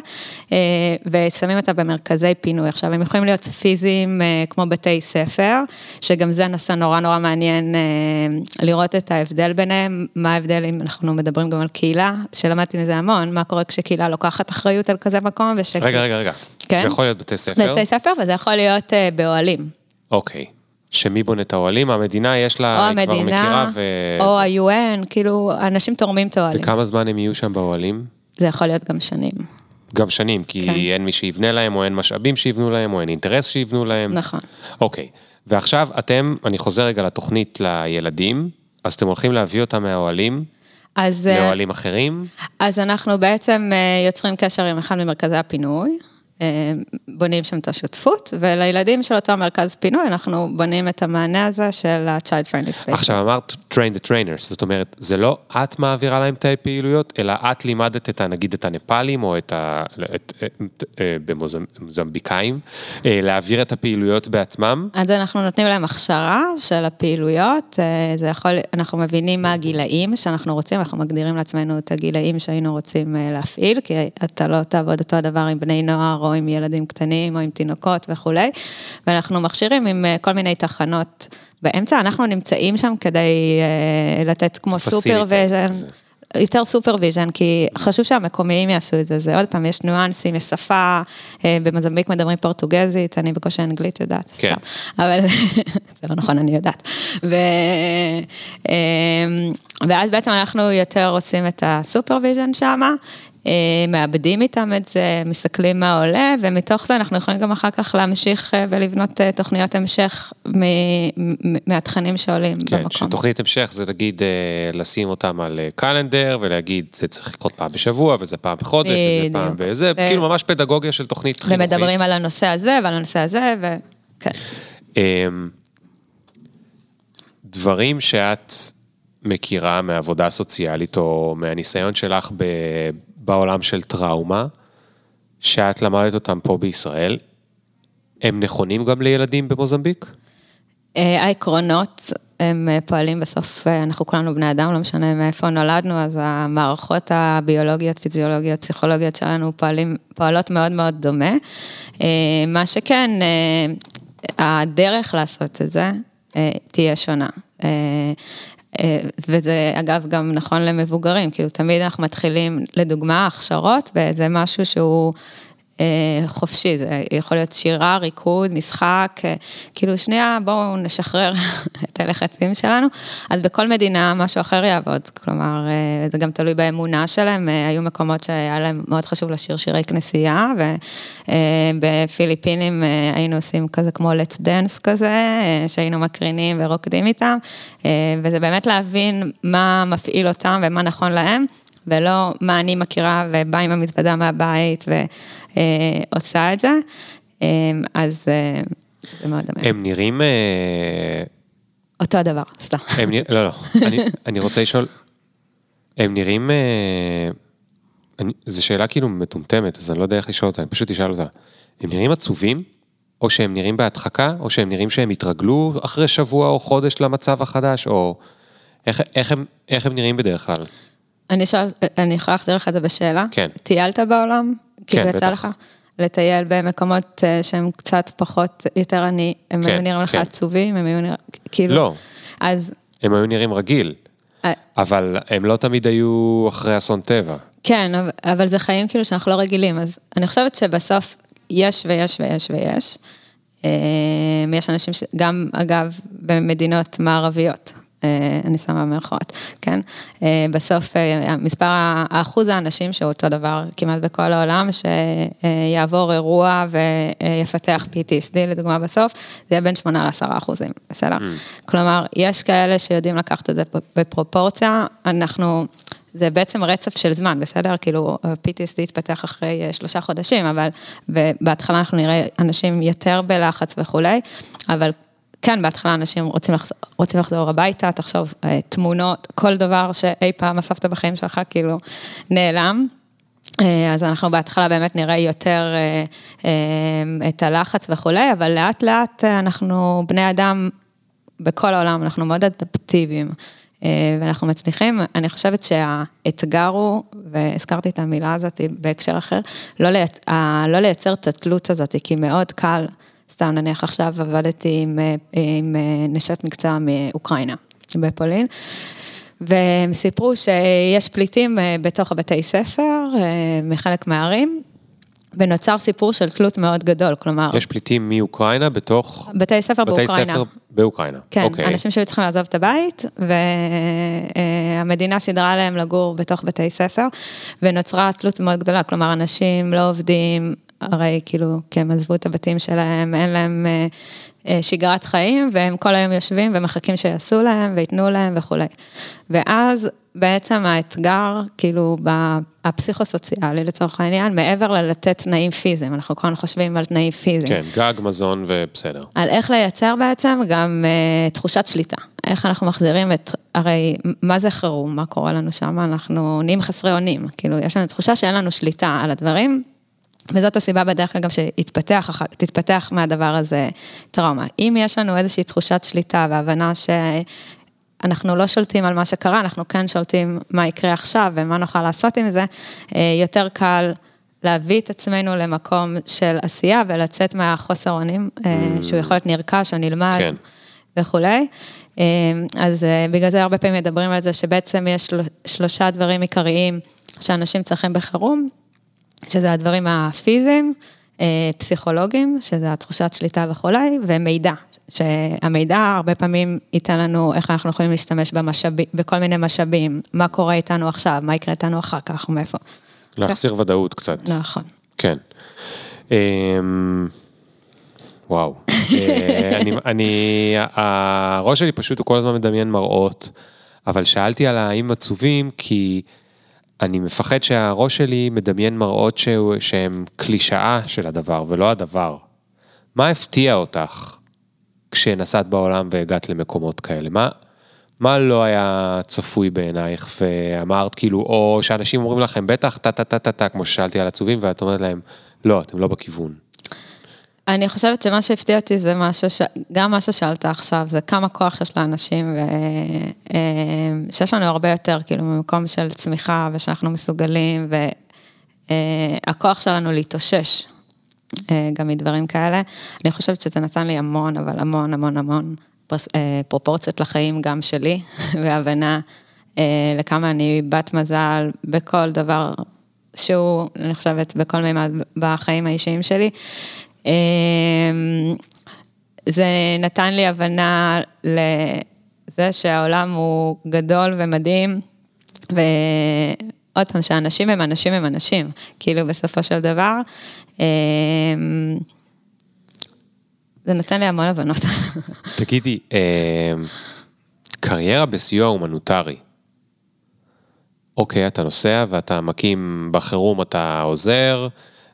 ושמים אותה במרכזי פינוי. עכשיו, הם יכולים להיות פיזיים כמו בתי ספר, שגם זה נושא נורא נורא מעניין לראות את ההבדל ביניהם, מה ההבדל אם אנחנו מדברים גם על קהילה, שלמדתי מזה המון, מה קורה כשקהילה לוקחת אחריות על כזה מקום, וש... רגע, רגע, רגע. כן? זה יכול להיות בתי ספר? בתי ספר, וזה יכול להיות באוהלים. אוקיי. שמי בונה את האוהלים? המדינה יש לה, היא כבר מכירה ו... או ה-יו אן, כאילו, אנשים תורמים את האוהלים. וכמה זמן הם יהיו שם באוהלים? זה יכול להיות גם שנים. גם שנים, כי כן. אין מי שיבנה להם, או אין משאבים שיבנו להם, או אין אינטרס שיבנו להם. נכון. אוקיי. ועכשיו אתם, אני חוזר רגע לתוכנית לילדים, אז אתם הולכים להביא אותם מהאוהלים, אז... לאוהלים אחרים? אז אנחנו בעצם יוצרים קשר עם אחד ממרכזי הפינוי, בונים שם את השותפות, ולילדים של אותו מרכז פינוי, אנחנו בונים את המענה הזה של ה-Child Friendly Space. עכשיו אמרת train the trainers, זאת אומרת, זה לא את מעבירה להם את הפעילויות, אלא את לימדת את, נגיד, את הנפאלים, או את ה... את, את, במוזמביקאים, להעביר את הפעילויות בעצמם? אז אנחנו נותנים להם הכשרה של הפעילויות, זה יכול, אנחנו מבינים מה הגילאים שאנחנו רוצים, אנחנו מגדירים לעצמנו את הגילאים שהיינו רוצים להפעיל, כי אתה לא תעבוד אותו הדבר עם בני נוער, או עם ילדים קטנים, או עם תינוקות וכו'. ואנחנו מכשירים עם כל מיני תחנות באמצע, אנחנו נמצאים שם כדי לתת כמו סופרוויז'ן, יותר סופרוויז'ן, כי חשוב שהמקומיים יעשו את זה, זה עוד פעם, יש ניואנסים, יש שפה, במוזמביק מדברים פורטוגזית, אני בקושי אנגלית יודעת, כן. אבל זה לא נכון, אני יודעת. ו... ואז בעצם אנחנו יותר עושים את הסופרוויז'ן שם, מאבדים איתם את זה, מסתכלים מה עולה, ומתוך זה אנחנו יכולים גם אחר כך להמשיך ולבנות תוכניות המשך מהתכנים שעולים כן, במקום. שתוכנית המשך זה נגיד לשים אותם על קלנדר, ולהגיד זה צריך לקרות פעם בשבוע, וזה פעם בחודש, וזה פעם וזה, כאילו ממש פדגוגיה של תוכנית חינוכית. ומדברים על הנושא הזה, ועל הנושא הזה, וכן. דברים שאת מכירה מעבודה סוציאלית, או מהניסיון שלך ב... בעולם של טראומה, שאת למדת אותם פה בישראל, הם נכונים גם לילדים במוזמביק? העקרונות, הם פועלים בסוף, אנחנו כולנו בני אדם, לא משנה מאיפה נולדנו, אז המערכות הביולוגיות, פיזיולוגיות, פסיכולוגיות שלנו פועלים, פועלות מאוד מאוד דומה. מה שכן, הדרך לעשות את זה תהיה שונה. וזה אגב גם נכון למבוגרים, כאילו תמיד אנחנו מתחילים לדוגמה הכשרות, וזה משהו שהוא חופשי, זה יכול להיות שירה, ריקוד, משחק, כאילו שנייה בואו נשחרר את הלחצים שלנו, אז בכל מדינה משהו אחר יעבוד, כלומר זה גם תלוי באמונה שלהם, היו מקומות שהיה להם מאוד חשוב לשיר שירי כנסייה, ובפיליפינים היינו עושים כזה כמו let's dance כזה, שהיינו מקרינים ורוקדים איתם, וזה באמת להבין מה מפעיל אותם ומה נכון להם, ולא מה אני מכירה ובא עם המזוודה מהבית ועושה את זה, אז זה מאוד דומה. הם נראים... אותו הדבר, סתם. לא, לא, אני רוצה לשאול, הם נראים... זו שאלה כאילו מטומטמת, אז אני לא יודע איך לשאול אותה, אני פשוט אשאל אותה. הם נראים עצובים, או שהם נראים בהדחקה, או שהם נראים שהם התרגלו אחרי שבוע או חודש למצב החדש, או איך הם נראים בדרך כלל? אני שואל, אני יכולה להחזיר לך את זה בשאלה? כן. טיילת בעולם? כן, כאילו בטח. יצא לך לטייל במקומות שהם קצת פחות, יותר אני, הם כן, היו נראים לך כן. עצובים, הם היו נראים, כאילו... לא. אז... הם היו נראים רגיל, אבל הם לא תמיד היו אחרי אסון טבע. כן, אבל זה חיים כאילו שאנחנו לא רגילים, אז אני חושבת שבסוף יש ויש ויש ויש. יש אנשים שגם, אגב, במדינות מערביות, אני שמה במרכאות, כן? בסוף, מספר האחוז האנשים שהוא אותו דבר כמעט בכל העולם, שיעבור אירוע ויפתח פי טי אס די, לדוגמה בסוף, זה יהיה בין שמונה לעשרה אחוזים, בסדר? כלומר, יש כאלה שיודעים לקחת את זה בפרופורציה, אנחנו... זה בעצם רצף של זמן, בסדר? כאילו, פי טי אס די התפתח אחרי שלושה חודשים, אבל בהתחלה אנחנו נראה אנשים יותר בלחץ וכולי, אבל כן, בהתחלה אנשים רוצים לחזור, רוצים לחזור הביתה, תחשוב, תמונות, כל דבר שאי פעם אספת בחיים שלך, כאילו, נעלם. אז אנחנו בהתחלה באמת נראה יותר את הלחץ וכולי, אבל לאט לאט אנחנו בני אדם, בכל העולם, אנחנו מאוד אדפטיביים. ואנחנו מצליחים, אני חושבת שהאתגר הוא, והזכרתי את המילה הזאת בהקשר אחר, לא, לייצ... לא לייצר את התלות הזאת, כי מאוד קל, סתם נניח עכשיו עבדתי עם, עם נשות מקצוע מאוקראינה, בפולין, והם סיפרו שיש פליטים בתוך הבתי ספר, מחלק מהערים, ונוצר סיפור של תלות מאוד גדול, כלומר... יש פליטים מאוקראינה בתוך... בתי ספר בתי באוקראינה. ספר באוקראינה. כן, אוקיי. אנשים שהיו צריכים לעזוב את הבית, והמדינה סדרה להם לגור בתוך בתי ספר, ונוצרה תלות מאוד גדולה, כלומר, אנשים לא עובדים, הרי כאילו, כי הם עזבו את הבתים שלהם, אין להם שגרת חיים, והם כל היום יושבים ומחכים שיעשו להם, ויתנו להם וכו'. ואז בעצם האתגר, כאילו, הפסיכוסוציאלי לצורך העניין, מעבר ללתת תנאים פיזיים, אנחנו כאן חושבים על תנאים פיזיים. כן, גג, מזון ובסדר. על איך לייצר בעצם גם uh, תחושת שליטה. איך אנחנו מחזירים את, הרי, מה זה חירום, מה קורה לנו שם? אנחנו נהיים חסרי אונים, כאילו, יש לנו תחושה שאין לנו שליטה על הדברים, וזאת הסיבה בדרך כלל גם שתתפתח, תתפתח מהדבר הזה טראומה. אם יש לנו איזושהי תחושת שליטה והבנה שאנחנו לא שולטים על מה שקרה, אנחנו כן שולטים מה יקרה עכשיו ומה נוכל לעשות עם זה, יותר קל להביא את עצמנו למקום של עשייה ולצאת מהחוסר אונים, שהוא יכול להיות נרכש או נלמד כן. וכולי. אז בגלל זה הרבה פעמים מדברים על זה שבעצם יש שלושה דברים עיקריים שאנשים צריכים בחירום, שזה הדברים הפיזיים, פסיכולוגיים, שזה התחושת שליטה וכולי, ומידע, שהמידע הרבה פעמים ייתן לנו איך אנחנו יכולים להשתמש במשאבים, בכל מיני משאבים, מה קורה איתנו עכשיו, מה יקרה איתנו אחר כך, ומאיפה. להחסיר ודאות קצת. נכון. כן. וואו. אני, אני, הראש שלי פשוט הוא כל הזמן מדמיין מראות, אבל שאלתי על האם עצובים, כי אני מפחד שהראש שלי מדמיין מראות שהם קלישאה של הדבר, ולא הדבר. מה הפתיע אותך כשנסעת בעולם והגעת למקומות כאלה? מה, מה לא היה צפוי בעינייך, ואמרת כאילו, או שאנשים אומרים לכם, בטח, טה-טה-טה-טה, כמו ששאלתי על עצובים, ואת אומרת להם, לא, אתם לא בכיוון. אני חושבת שמה שהפתיע אותי זה משהו, ש... גם מה ששאלת עכשיו, זה כמה כוח יש לאנשים, ו... שיש לנו הרבה יותר, כאילו, במקום של צמיחה, ושאנחנו מסוגלים, והכוח שלנו להתאושש, גם מדברים כאלה. אני חושבת שזה נתן לי המון, אבל המון, המון, המון פרופורציות לחיים גם שלי, והבנה לכמה אני בת מזל בכל דבר שהוא, אני חושבת, בכל מימד בחיים האישיים שלי. זה נתן לי הבנה לזה שהעולם הוא גדול ומדהים, ועוד פעם, שאנשים הם אנשים הם אנשים, כאילו בסופו של דבר, זה נתן לי המון הבנות. תגידי, קריירה בסיוע הומניטרי, אוקיי, אתה נוסע ואתה מקים בחירום, אתה עוזר,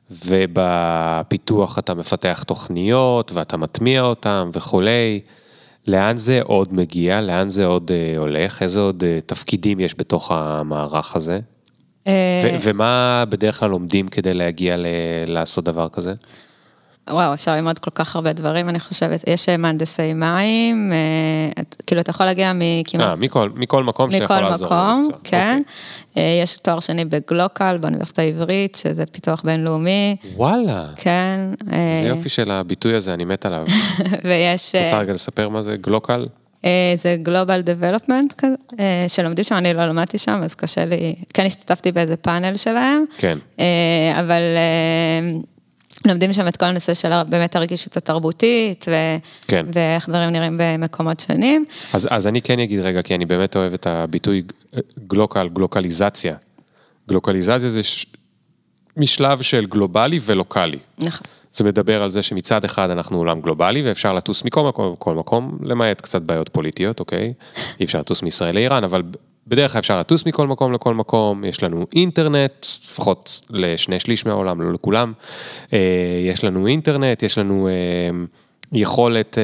ובפיתוח אתה מפתח תוכניות, ואתה מטמיע אותם וכולי. לאן זה עוד מגיע? לאן זה עוד הולך? איזה עוד תפקידים יש בתוך המערך הזה? ומה בדרך כלל לומדים כדי להגיע לעשות דבר כזה? וואו, אפשר ללמוד כל כך הרבה דברים, אני חושבת. יש מהנדסי מים, כאילו אתה יכול להגיע מכמעט... אה, מכל, מכל מקום שאתה יכול לעזור. מכל מקום, כן. יש תואר שני בגלוקל, באוניברסיטה העברית, שזה פיתוח בינלאומי. וואלה. כן. זה יופי של הביטוי הזה, אני מת עליו. ויש... רוצה רגע לספר מה זה גלוקל? זה Global Development כזה, שלומדים שם, אני לא למדתי שם, אז קשה לי... כן, השתתפתי באיזה פאנל שלהם. כן. אבל... לומדים שם את כל הנושא של באמת הרגישות התרבותית, ו... כן. ואיך דברים נראים במקומות שונים. אז, אז אני כן אגיד רגע, כי אני באמת אוהב את הביטוי גלוקל, גלוקליזציה. גלוקליזציה זה ש... משלב של גלובלי ולוקלי. נכון. זה מדבר על זה שמצד אחד אנחנו עולם גלובלי, ואפשר לטוס מכל מקום, מכל מקום, למעט קצת בעיות פוליטיות, אוקיי? אי אפשר לטוס מישראל לאיראן, אבל בדרך כלל אפשר לטוס מכל מקום לכל מקום, יש לנו אינטרנט, לפחות לשני שליש מהעולם, לא לכולם, יש לנו אינטרנט, יש לנו יכולת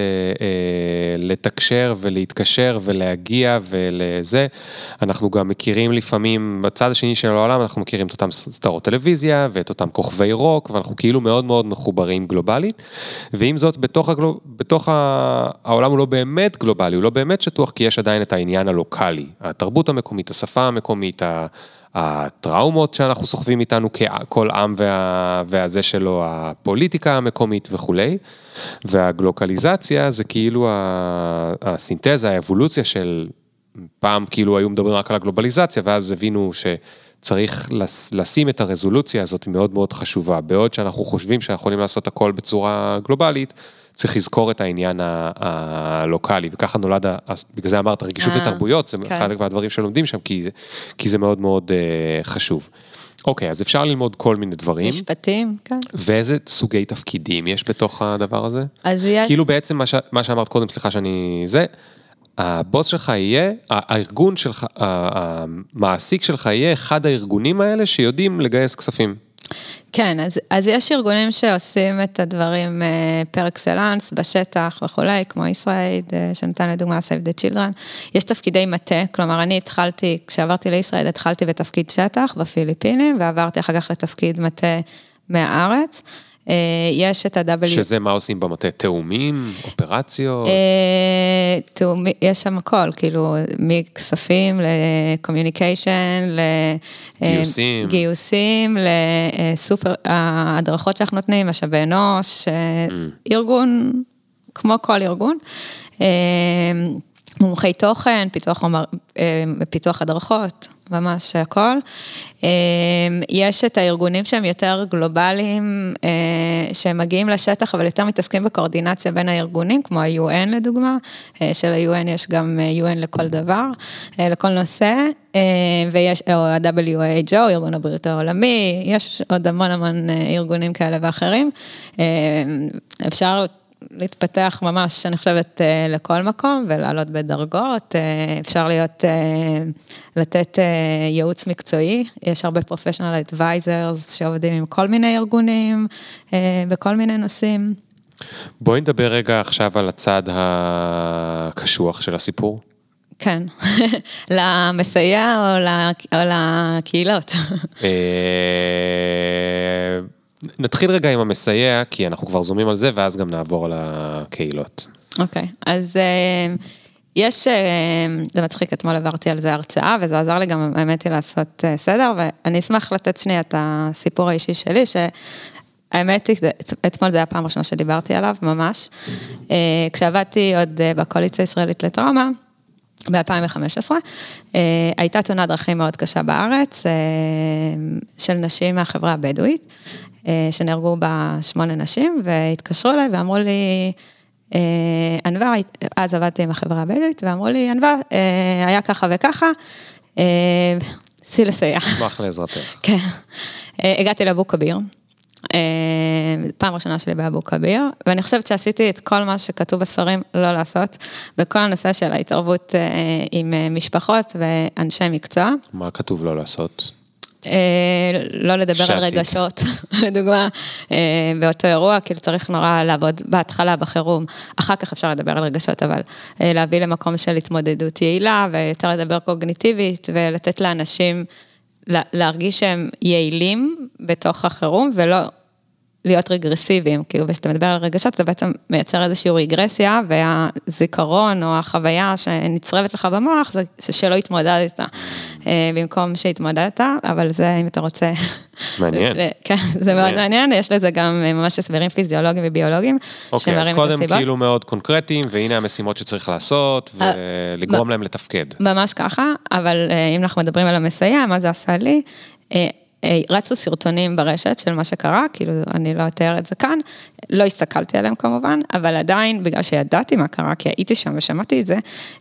לתקשר ולהתקשר ולהגיע ולזה, אנחנו גם מכירים לפעמים, בצד השני של העולם, אנחנו מכירים את אותם סדרות טלוויזיה ואת אותם כוכבי רוק, ואנחנו כאילו מאוד מאוד מחוברים גלובלית, ועם זאת, בתוך, הגלוב, בתוך העולם הוא לא באמת גלובלי, הוא לא באמת שטוח, כי יש עדיין את העניין הלוקלי, התרבות המקומית, השפה המקומית, הטראומות שאנחנו סוחבים איתנו ככל עם וה, והזה שלו, הפוליטיקה המקומית וכולי, והגלוקליזציה זה כאילו הסינתזה, האבולוציה של פעם כאילו היו מדברים רק על הגלובליזציה, ואז הבינו שצריך לשים את הרזולוציה הזאת מאוד מאוד חשובה, בעוד שאנחנו חושבים שאנחנו יכולים לעשות הכל בצורה גלובלית, צריך לזכור את העניין הלוקלי, וככה נולד, בגלל זה אמרת, רגישות לתרבויות, זה חלק מהדברים שלומדים שם, כי זה מאוד מאוד חשוב. אוקיי, אז אפשר ללמוד כל מיני דברים. משפטים, כן. ואיזה סוגי תפקידים יש בתוך הדבר הזה? אז יש... כאילו בעצם מה, ש... מה שאמרת קודם, סליחה שאני... זה, הבוס שלך יהיה, הארגון שלך, המעסיק שלך יהיה אחד הארגונים האלה שיודעים לגייס כספים. כן, אז, אז יש ארגונים שעושים את הדברים פר אקסלנס, בשטח וכולי, כמו ישראל, שנתן לדוגמה Save the Children. יש תפקידי מטה, כלומר, אני התחלתי, כשעברתי לישראל, התחלתי בתפקיד שטח בפיליפינים, ועברתי אחר כך לתפקיד מטה מהארץ. יש את ה-W... שזה מה עושים במטה? תאומים, אופרציות? תאומים, יש שם הכל, כאילו, מכספים ל-communication, גיוסים. גיוסים, לסופר, ההדרכות שאנחנו נותנים, משאבי אנוש, ארגון, כמו כל ארגון. מומחי תוכן, פיתוח, פיתוח הדרכות, ממש הכל. יש את הארגונים שהם יותר גלובליים, שהם מגיעים לשטח, אבל יותר מתעסקים בקואורדינציה בין הארגונים, כמו ה-יו אן לדוגמה, של ה-יו אן יש גם יו אן לכל דבר, לכל נושא, ויש, או ה-דאבליו אייץ' או, ארגון הבריאות העולמי, יש עוד המון המון ארגונים כאלה ואחרים. אפשר להתפתח ממש, אני חושבת, לכל מקום, ולעלות בדרגות, אפשר להיות, לתת ייעוץ מקצועי, יש הרבה professional advisors שעובדים עם כל מיני ארגונים, בכל מיני נושאים. בואי נדבר רגע עכשיו על הצד הקשוח של הסיפור. כן, למסייע או לקהילות. נתחיל רגע עם המסייע, כי אנחנו כבר זומים על זה, ואז גם נעבור על הקהילות. אוקיי, אז יש, זה מצחיק, אתמול עברתי על זה הרצאה, וזה עזר לי גם, האמת היא, לעשות סדר, ואני אשמח לתת שנייה את הסיפור האישי שלי, שהאמת היא, אתמול זה היה הפעם הראשונה שדיברתי עליו, ממש. כשעבדתי עוד בקואליציה הישראלית לטראומה, ב-אלפיים וחמש עשרה, הייתה תאונת דרכים מאוד קשה בארץ, של נשים מהחברה הבדואית, שנהרגו בה שמונה נשים, והתקשרו אליי ואמרו לי, ענווה, אז עבדתי עם החברה הבדואית, ואמרו לי, ענווה, היה ככה וככה, סי לסייע. אשמח לעזרתך. כן. הגעתי לאבו כביר, פעם ראשונה שלי באבו כביר, ואני חושבת שעשיתי את כל מה שכתוב בספרים לא לעשות, בכל הנושא של ההתערבות עם משפחות ואנשי מקצוע. מה כתוב לא לעשות? לא לדבר על רגשות, לדוגמה, באותו אירוע, כאילו צריך נורא לעבוד בהתחלה, בחירום, אחר כך אפשר לדבר על רגשות, אבל להביא למקום של התמודדות יעילה, ויותר לדבר קוגניטיבית, ולתת לאנשים להרגיש שהם יעילים בתוך החירום, ולא להיות רגרסיביים, כאילו, ושאתה מדבר על רגשות, זה בעצם מייצר איזושהי רגרסיה, והזיכרון או החוויה שנצרבת לך במוח, זה שלא התמודדת, במקום שהתמודדת, אבל זה, אם אתה רוצה... מעניין. כן, זה מאוד מעניין, יש לזה גם ממש הסברים פיזיולוגיים וביולוגיים, אוקיי, אז קודם כאילו מאוד קונקרטיים, והנה המשימות שצריך לעשות, ולגרום להם לתפקד. ממש ככה, אבל אם אנחנו מדברים על המסייע, מה זה עשה לי? רצו סרטונים ברשת של מה שקרה, כאילו אני לא אתאר את זה כאן, לא הסתכלתי עליהם כמובן, אבל עדיין, בגלל שידעתי מה קרה, כי הייתי שם ושמעתי את זה,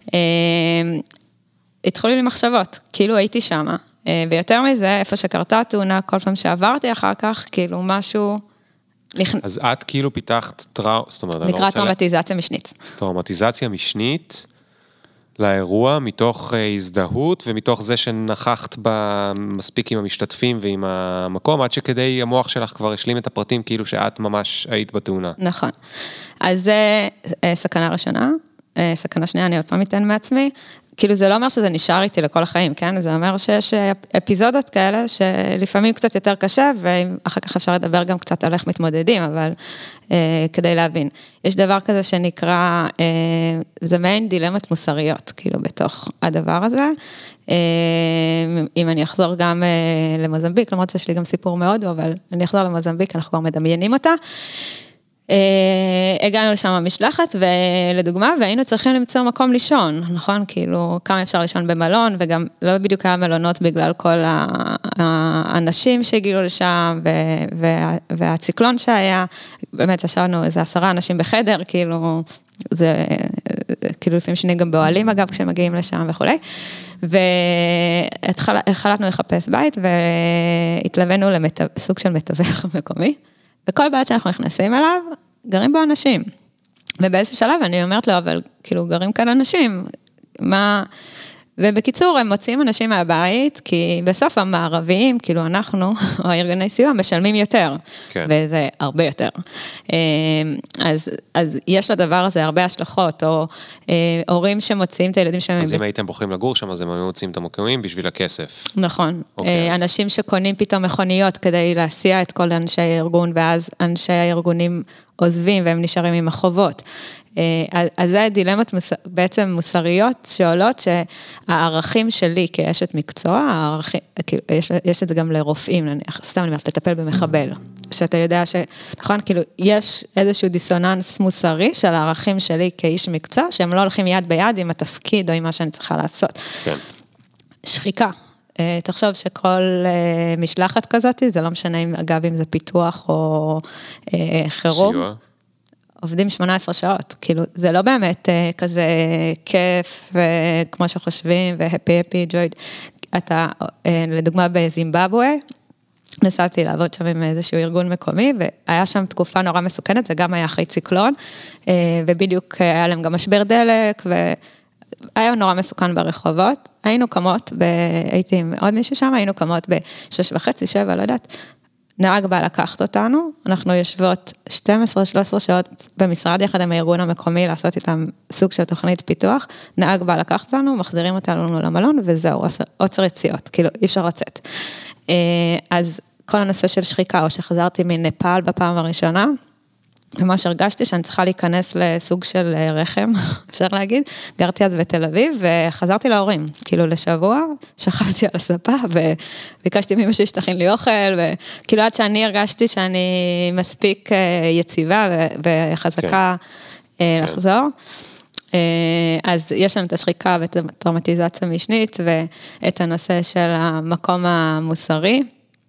התחילו לי מחשבות, כאילו הייתי שם, ויותר מזה, איפה שקרתה התאונה, כל פעם שעברתי אחר כך, כאילו משהו... אז את כאילו פיתחת טראו... נקרא טראומטיזציה משנית. טראומטיזציה משנית, לאירוע, מתוך הזדהות, ומתוך זה שנכחת מספיק עם המשתתפים ועם המקום, עד שכדי המוח שלך כבר השלים את הפרטים, כאילו שאת ממש היית בתאונה. נכון. אז זה סכנה ראשונה, סכנה שנייה, אני עוד פעם אתן מעצמי, כאילו זה לא אומר שזה נשאר איתי לכל החיים, כן? זה אומר שיש אפיזודות כאלה שלפעמים קצת יותר קשה, ואחר כך אפשר לדבר גם קצת על איך מתמודדים, אבל אה, כדי להבין. יש דבר כזה שנקרא, אה, זה מעין דילמות מוסריות, כאילו בתוך הדבר הזה. אה, אם אני אחזור גם אה, למוזמביק, למרות שיש לי גם סיפור מאוד, אבל אני אחזור למוזמביק, אנחנו כבר מדמיינים אותה. הגענו לשם המשלחת, ולדוגמה, והיינו צריכים למצוא מקום לישון, נכון? כאילו, כמה אפשר לישון במלון, וגם לא בדיוק היה מלונות בגלל כל האנשים שהגיעו לשם, והציקלון שהיה, באמת ישבנו איזה עשרה אנשים בחדר, כאילו, זה כאילו לפעמים שני גם באוהלים אגב, כשהם מגיעים לשם וכולי, והחלטנו לחפש בית, והתלווינו לסוג של מתווך מקומי, וכל בית שאנחנו נכנסים אליו, גרים בו אנשים, ובאיזשהו שלב אני אומרת לו, אבל כאילו גרים כאן אנשים, מה... ובקיצור, הם מוציאים אנשים מהבית, כי בסוף המערביים, כאילו אנחנו, או הארגוני סיוע, משלמים יותר, כן. וזה הרבה יותר. אז, אז יש לדבר הזה הרבה השלכות, או הורים שמוציאים את הילדים שלהם... אז אם הייתם בוחרים לגור שם, אז הם מוציאים את המקומים בשביל הכסף. נכון. אוקיי, אנשים אז... שקונים פתאום מכוניות, כדי להסיע את כל אנשי הארגון, ואז אנשי הארגונים עוזבים, והם נשארים עם החובות. אז זה דילמות בעצם מוסריות שעולות שהערכים שלי כאשת מקצוע, הערכים, יש, יש את זה גם לרופאים, נניח, סתם אני אומרת, לטפל במחבל, שאתה יודע ש, נכון, כאילו, יש איזשהו דיסוננס מוסרי של הערכים שלי כאיש מקצוע, שהם לא הולכים יד ביד עם התפקיד או עם מה שאני צריכה לעשות. כן. שחיקה. תחשוב שכל משלחת כזאת, זה לא משנה אם, אגב, אם זה פיתוח או חירום. סיוע. עובדים שמונה עשרה שעות, כאילו, זה לא באמת uh, כזה כיף, וכמו שחושבים, והפי הפי ג'וי, אתה, uh, לדוגמה בזימבבואה, נסעתי לעבוד שם עם איזשהו ארגון מקומי, והיה שם תקופה נורא מסוכנת, זה גם היה אחרי ציקלון, uh, ובדיוק היה להם גם משבר דלק, והיה נורא מסוכן ברחובות, היינו קמות, ב... הייתי עם עוד מישהו שם, היינו קמות בשש וחצי, שבע, לא יודעת, נהג בא לקחת אותנו, אנחנו יושבות שתים עשרה שלוש עשרה שעות במשרד יחד עם הארגון המקומי, לעשות איתם סוג של תוכנית פיתוח, נהג בא לקחת אותנו, מחזירים אותנו למלון, וזהו, עוצר יציאות, כאילו אי אפשר לצאת. אז כל הנושא של שחיקה, או שחזרתי מנפאל בפעם הראשונה, ממש הרגשתי שאני צריכה להיכנס לסוג של רחם, אפשר להגיד, גרתי אז בתל אביב, וחזרתי להורים, כאילו לשבוע, שכבתי על הספה, וביקשתי ממש שתכין לי אוכל, וכאילו עד שאני הרגשתי שאני מספיק יציבה וחזקה לחזור, אז יש לנו את השחיקה ואת הטראומטיזציה משנית, ואת הנושא של המקום המוסרי.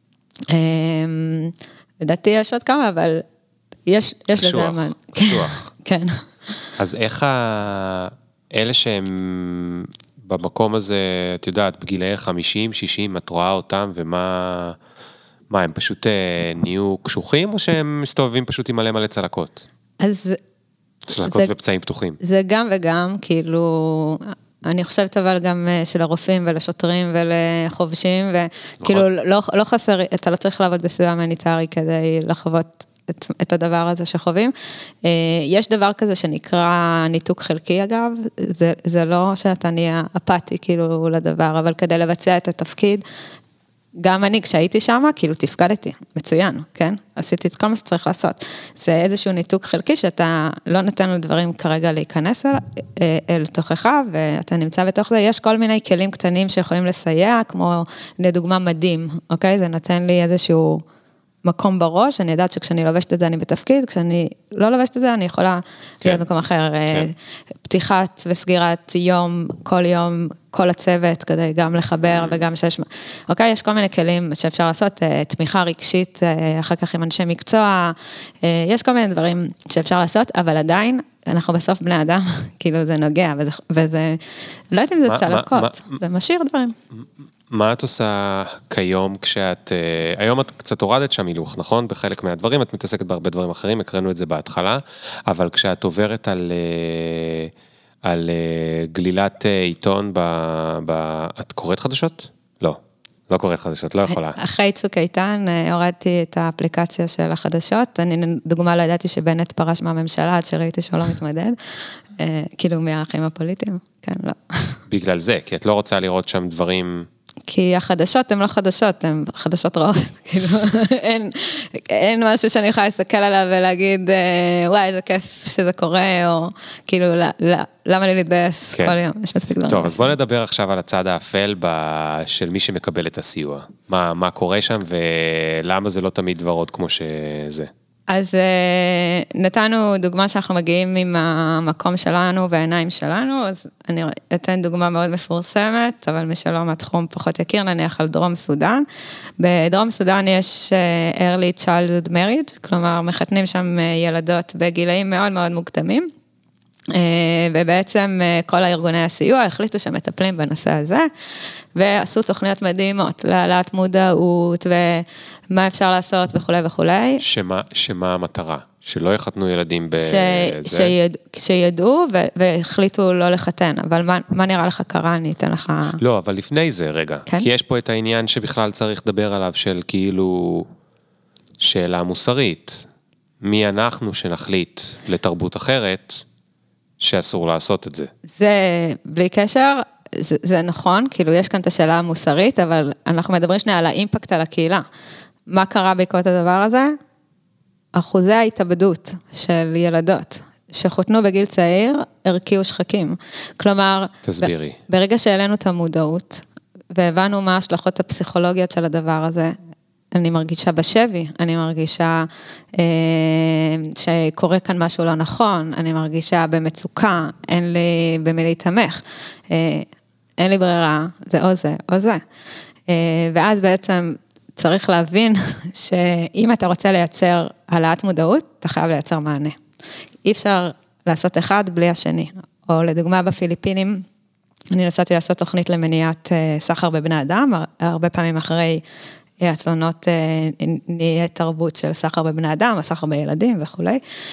לדעתי יש עוד כמה, אבל... יש, יש לזה אמן. קשוח. כן. אז איך ה... אלה שהם במקום הזה, את יודעת, בגילאי חמישים, שישים, את רואה אותם, ומה... מה, הם פשוט נהיו קשוחים, או שהם מסתובבים פשוט עם מלא מלא צלקות? אז... צלקות זה, ופצעים פתוחים. זה גם וגם, כאילו... אני חושבת אבל גם של הרופאים ולשוטרים ולחובשים, וכאילו לא, לא חסר, אתה לא צריך לעבוד בסיוע המניטרי כדי לחוות... את, את הדבר הזה שחווים. יש דבר כזה שנקרא ניתוק חלקי אגב, זה, זה לא שאתה נהיה אפאתי כאילו לדבר, אבל כדי לבצע את התפקיד, גם אני כשהייתי שמה, כאילו תפקדתי, מצוין, כן? עשיתי את כל מה שצריך לעשות. זה איזשהו ניתוק חלקי שאתה לא נותן לדברים כרגע להיכנס אל, אל תוכך, ואתה נמצא בתוך זה. יש כל מיני כלים קטנים שיכולים לסייע, כמו לדוגמה מדים, אוקיי? זה נותן לי איזשהו... מקום בראש, אני יודעת שכשאני לובשת את זה אני בתפקיד, כשאני לא לובשת את זה אני יכולה להיות במקום אחר, פתיחת וסגירת יום, כל יום, כל הצוות, כדי גם לחבר וגם שיש, אוקיי, יש כל מיני כלים שאפשר לעשות, תמיכה רגשית, אחר כך עם אנשי מקצוע, יש כל מיני דברים שאפשר לעשות, אבל עדיין אנחנו בסוף בני אדם, כאילו זה נוגע, וזה, לא יודעת אם זה צלקות, זה משאיר דברים. מה את עושה כיום כשאת, היום את קצת הורדת שם הילוך, נכון? בחלק מהדברים, את מתעסקת בהרבה דברים אחרים, הקראנו את זה בהתחלה, אבל כשאת עוברת על, על גלילת עיתון, ב, ב, את קוראת חדשות? לא, לא קוראת חדשות, לא יכולה. אחרי צוק איתן, הורדתי את האפליקציה של החדשות, אני דוגמה לא ידעתי שבנט פרש מהממשלה, עד שראיתי שהוא לא מתמודד, כאילו מהחיים הפוליטיים, כן, לא. בגלל זה, כי את לא רוצה לראות שם דברים... כי החדשות הן לא חדשות, הן חדשות רעות, כאילו, אין, אין משהו שאני יכולה לסתכל עליו ולהגיד, וואי, איזה כיף שזה קורה, או כאילו, למה לי להתבייס כל יום, יש מספיק דברים. טוב, אז בוא נדבר עכשיו על הצד האפל של מי שמקבל את הסיוע. מה, מה קורה שם, ולמה זה לא תמיד דברות כמו שזה? אז נתנו דוגמה שאנחנו מגיעים עם המקום שלנו והעיניים שלנו, אז אני אתן דוגמה מאוד מפורסמת, אבל מי שלא מהתחום פחות יכיר, נניח על דרום סודן. בדרום סודן יש early childhood marriage, כלומר מחתנים שם ילדות בגילאים מאוד מאוד מוקדמים, ובעצם כל הארגוני הסיוע החליטו שמטפלים בנושא הזה, ועשו תוכניות מדהימות להעלאת מודעות, ומה אפשר לעשות וכו' וכו'. שמה, שמה המטרה? שלא יחתנו ילדים בזה? ש, שיד, שידעו והחליטו לא לחתן, אבל מה, מה נראה לך קרה? אני אתן לך... לא, אבל לפני זה רגע, כן? כי יש פה את העניין שבכלל צריך לדבר עליו של כאילו שאלה מוסרית. מי אנחנו שנחליט לתרבות אחרת שאסור לעשות את זה? זה בלי קשר, זה, זה נכון, כאילו יש כאן את השאלה המוסרית, אבל אנחנו מדברים שנייה על האימפקט על הקהילה. מה קרה בעקבות הדבר הזה? אחוזי ההתאבדות של ילדות שחותנו בגיל צעיר, הרקיעו שחקים. כלומר, תסבירי. ב- ברגע שהעלינו את המודעות, והבנו מה ההשלכות הפסיכולוגיות של הדבר הזה, אני מרגישה בשבי, אני מרגישה אה, שקורה כאן משהו לא נכון, אני מרגישה במצוקה, אין לי במי להתמך, אה, אין לי ברירה, זה או זה או זה. אה, ואז בעצם צריך להבין שאם אתה רוצה לייצר העלאת מודעות, אתה חייב לייצר מענה. אי אפשר לעשות אחד בלי השני. או לדוגמה בפיליפינים, אני נסעתי לעשות תוכנית למניעת סחר בבני אדם, הרבה פעמים אחרי אסונות נהיה תרבות של סחר בבני אדם, או סחר בילדים וכו'.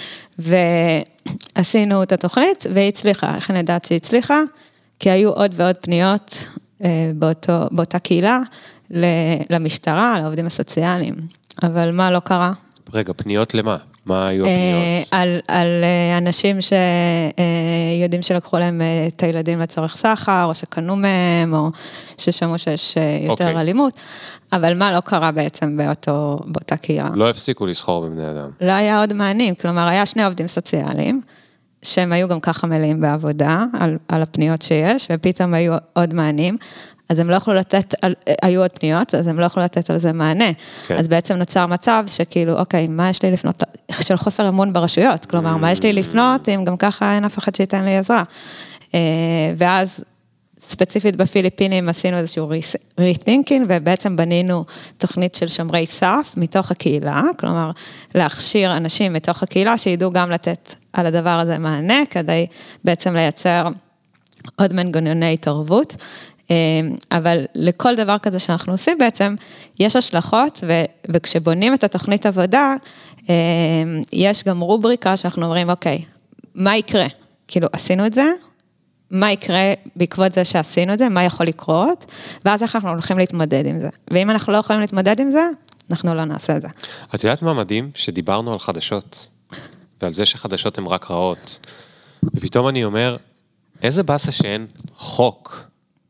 ועשינו את התוכנית, והיא הצליחה. איך אני יודעת שהיא הצליחה? כי היו עוד ועוד פניות באותו, באותה קהילה, למשטרה, לעובדים הסוציאליים. אבל מה לא קרה? רגע, פניות למה? מה היו הפניות? על, על אנשים שיודעים שלקחו להם את הילדים לצורך סחר, או שקנו מהם, או ששמעו שיש יותר okay. אלימות. אבל מה לא קרה בעצם באותו, באותה קהילה? לא הפסיקו לסחור בבני אדם. לא היה עוד מענים, כלומר, היה שני עובדים סוציאליים, שהם היו גם ככה מלאים בעבודה, על, על הפניות שיש, ופתאום היו עוד מענים, אז הם לא יכולו לתת, היו עוד פניות, אז הם לא יכולו לתת על זה מענה. כן. אז בעצם נוצר מצב שכאילו, אוקיי, מה יש לי לפנות, של חוסר אמון ברשויות, כלומר, מה יש לי לפנות, אם גם ככה אין אף אחד שייתן לי עזרה. ואז, ספציפית בפיליפינים, עשינו איזשהו rethinking, ובעצם בנינו תוכנית של שומרי סף, מתוך הקהילה, כלומר, להכשיר אנשים מתוך הקהילה, שידעו גם לתת על הדבר הזה מענה, כדי בעצם לייצר עוד מנגנוני התערבות, אבל לכל דבר כזה שאנחנו עושים בעצם, יש השלכות, ו- וכשבונים את התוכנית עבודה, יש גם רובריקה שאנחנו אומרים, אוקיי, מה יקרה? כאילו, עשינו את זה, מה יקרה בעקבות זה שעשינו את זה, מה יכול לקרות, ואז אנחנו הולכים להתמודד עם זה. ואם אנחנו לא יכולים להתמודד עם זה, אנחנו לא נעשה את זה. את יודעת מה מדהים? שדיברנו על חדשות, ועל זה שחדשות הן רק רעות. ופתאום אני אומר, איזה בסה שאין חוק,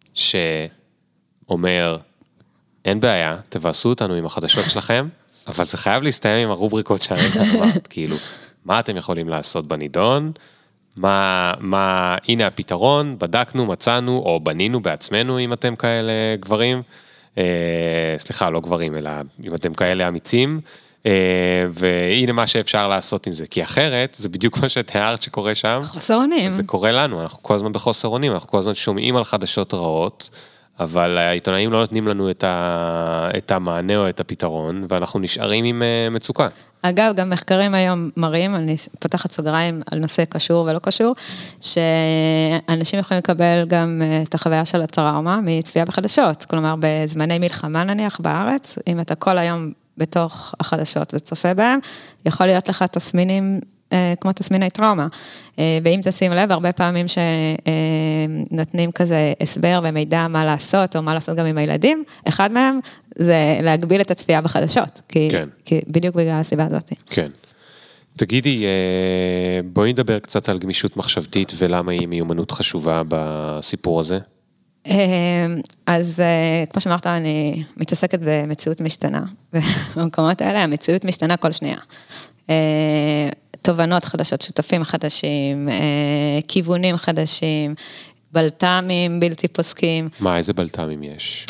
שאומר, אין בעיה, תבאסו אותנו עם החדשות שלכם, אבל זה חייב להסתיים עם הרובריקות שהרגע אמרת, כאילו, מה אתם יכולים לעשות בנידון, מה, מה, הנה הפתרון, בדקנו, מצאנו, או בנינו בעצמנו, אם אתם כאלה גברים, אה, סליחה, לא גברים, אלא אם אתם כאלה אמיצים, אה, והנה מה שאפשר לעשות עם זה, כי אחרת, זה בדיוק מה שתיארת שקורה שם. חוסר אונים. זה קורה לנו, אנחנו כל הזמן בחוסר אונים, אנחנו כל הזמן שומעים על חדשות רעות, אבל העיתונאים לא נותנים לנו את, ה, את המענה או את הפתרון, ואנחנו נשארים עם מצוקה. אגב, גם מחקרים היום מראים, אני פותחת סוגריים על נושא קשור ולא קשור, שאנשים יכולים לקבל גם את החוויה של הטראומה מצפייה בחדשות, כלומר בזמני מלחמה נניח בארץ, אם אתה כל היום בתוך החדשות וצופה בהם, יכול להיות לך תסמינים כמו תסמיני טראומה. ואם תשים לב, הרבה פעמים שנותנים כזה הסבר ומידע מה לעשות, או מה לעשות גם עם הילדים, אחד מהם זה להגביל את הצפייה בחדשות, כי, כן. כי בדיוק בגלל הסיבה הזאת. כן. תגידי, בואי נדבר קצת על גמישות מחשבתית, ולמה היא מיומנות חשובה בסיפור הזה? אז כמו שאמרת, אני מתעסקת במציאות משתנה, במקומות האלה המציאות משתנה כל שנייה. תובנות חדשות, שותפים חדשים, כיוונים חדשים, בלת"מים בלתי פוסקים. מה, איזה בלת"מים יש?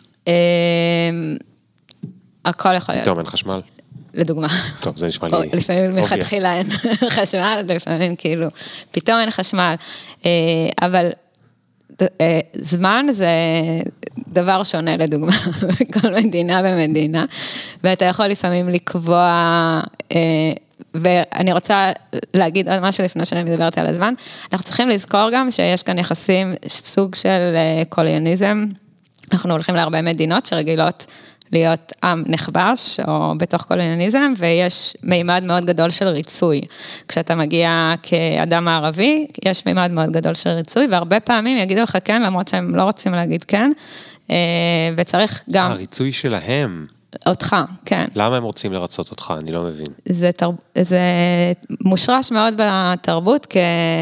הכל יכול להיות. פתאום אין חשמל? לדוגמה. טוב, זה נשמע לי... לפעמים מלכתחילה אין חשמל, לפעמים כאילו, פתאום אין חשמל, אבל זמן זה דבר שונה לדוגמה, בכל מדינה ומדינה, ואתה יכול לפעמים לקבוע ואני רוצה להגיד עוד משהו לפני שאני מדברת על הזמן, אנחנו צריכים לזכור גם שיש כאן יחסים, סוג של קולוניאליזם, אנחנו הולכים להרבה מדינות שרגילות להיות עם נכבש, או בתוך קולוניאליזם, ויש מימד מאוד גדול של ריצוי. כשאתה מגיע כאדם הערבי, יש מימד מאוד גדול של ריצוי, והרבה פעמים יגידו לך כן, למרות שהם לא רוצים להגיד כן, וצריך גם... הריצוי שלהם. אותך, כן. למה הם רוצים לרצות אותך? אני לא מבין. זה, תר... זה מושרש מאוד בתרבות,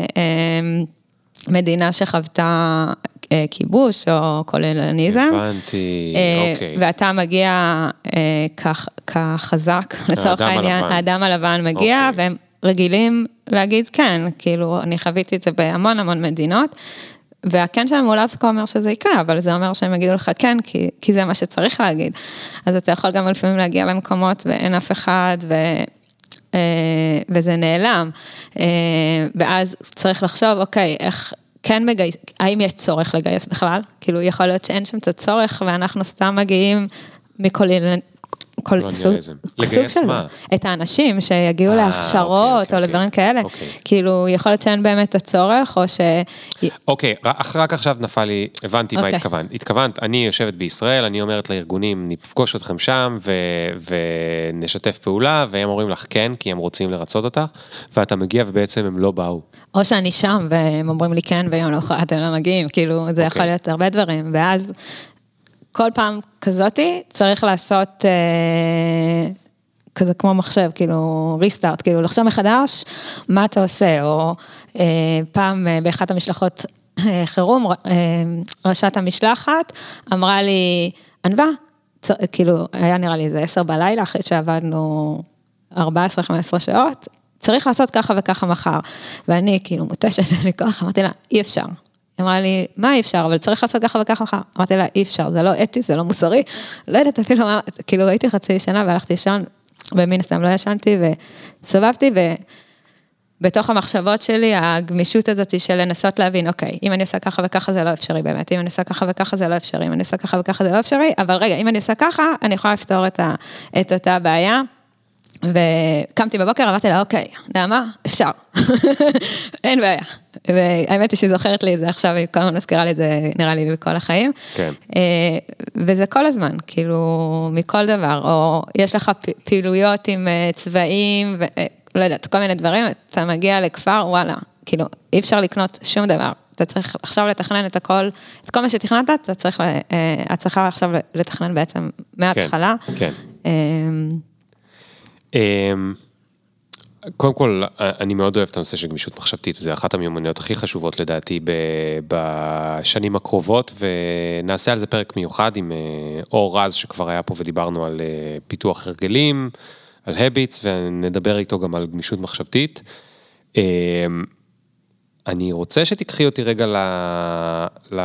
כמדינה שחוותה כיבוש או קולוניאליזם. הבנתי, אוקיי. ואתה מגיע כ... כחזק, לצורך העניין, האדם הלבן מגיע, אוקיי. והם רגילים להגיד כן, כאילו, אני חוויתי את זה בהמון המון מדינות, והכן שלהם הוא לא אומר שזה יקרה, אבל זה אומר שהם יגידו לך כן, כי, כי זה מה שצריך להגיד. אז אתה יכול גם לפעמים להגיע למקומות ואין אף אחד, ו, וזה נעלם. ואז צריך לחשוב, אוקיי, איך כן מגייס, האם יש צורך לגייס בכלל? כאילו, יכול להיות שאין שם את הצורך, ואנחנו סתם מגיעים מכל... כל סוג, סוג של מה? את האנשים שיגיעו להכשרות אוקיי, או לדברים אוקיי, כאלה, אוקיי. כאילו יכול להיות שאין באמת הצורך או ש... אוקיי, רק עכשיו נפל לי, הבנתי אוקיי. מה התכוונת. התכוונת, אני יושבת בישראל, אני אומרת לארגונים, נפגוש אתכם שם ו... ונשתף פעולה, והם אומרים לך כן, כי הם רוצים לרצות אותך, ואתה מגיע ובעצם הם לא באו. או שאני שם והם אומרים לי כן, ויום לא אתם לא מגיעים, כאילו זה אוקיי. יכול להיות הרבה דברים, ואז... כל פעם כזאתי צריך לעשות אה, כזה כמו מחשב, כאילו ריסטארט, כאילו לחשוב מחדש מה אתה עושה, או אה, פעם אה, באחת המשלחות אה, חירום, אה, ראשת המשלחת אמרה לי, ענווה, צ... כאילו היה נראה לי איזה עשר בלילה, אחרי שעבדנו ארבע עשרה חמש עשרה שעות, צריך לעשות ככה וככה מחר, ואני כאילו מוטשת לי כוח, אמרתי לה, אי אפשר. אמרה לי, מה אי אפשר, אבל צריך לעשות ככה וככה וככה. אמרתי לה, אי אפשר, זה לא אתי, זה לא מוסרי. לא יודעת אפילו מה, כאילו הייתי חצי שנה והלכתי לישון, במין סתם לא ישנתי וסובבתי, ובתוך המחשבות שלי, הגמישות הזאת של לנסות להבין, אוקיי, אם אני עושה ככה וככה זה לא אפשרי באמת, אם אני עושה ככה וככה זה לא אפשרי, אם אני עושה ככה וככה זה לא אפשרי, אבל רגע, אם אני עושה ככה, אני יכולה לפתור את, ה, את אותה בעיה. וקמתי בבוקר, אמרתי לה, אוקיי, נעמה, אפשר. אין בעיה. והאמת היא שזוכרת לי את זה עכשיו, כל הזמן נזכירה לי את זה, נראה לי לכל החיים. כן. וזה כל הזמן, כאילו, מכל דבר, או יש לך פעילויות עם צבעים, לא יודעת, כל מיני דברים, אתה מגיע לכפר, וואלה, כאילו, אי אפשר לקנות שום דבר. אתה צריך עכשיו לתכנן את הכל, את כל מה שתכננת, אתה צריך, את צריכה עכשיו לתכנן בעצם מההתחלה. כן, כן. קודם כל, אני מאוד אוהב את הנושא של גמישות מחשבתית, זה אחת המיומנויות הכי חשובות לדעתי בשנים הקרובות, ונעשה על זה פרק מיוחד עם אור רז שכבר היה פה ודיברנו על פיתוח הרגלים, על habits, ונדבר איתו גם על גמישות מחשבתית. אני רוצה שתיקחי אותי רגע ל...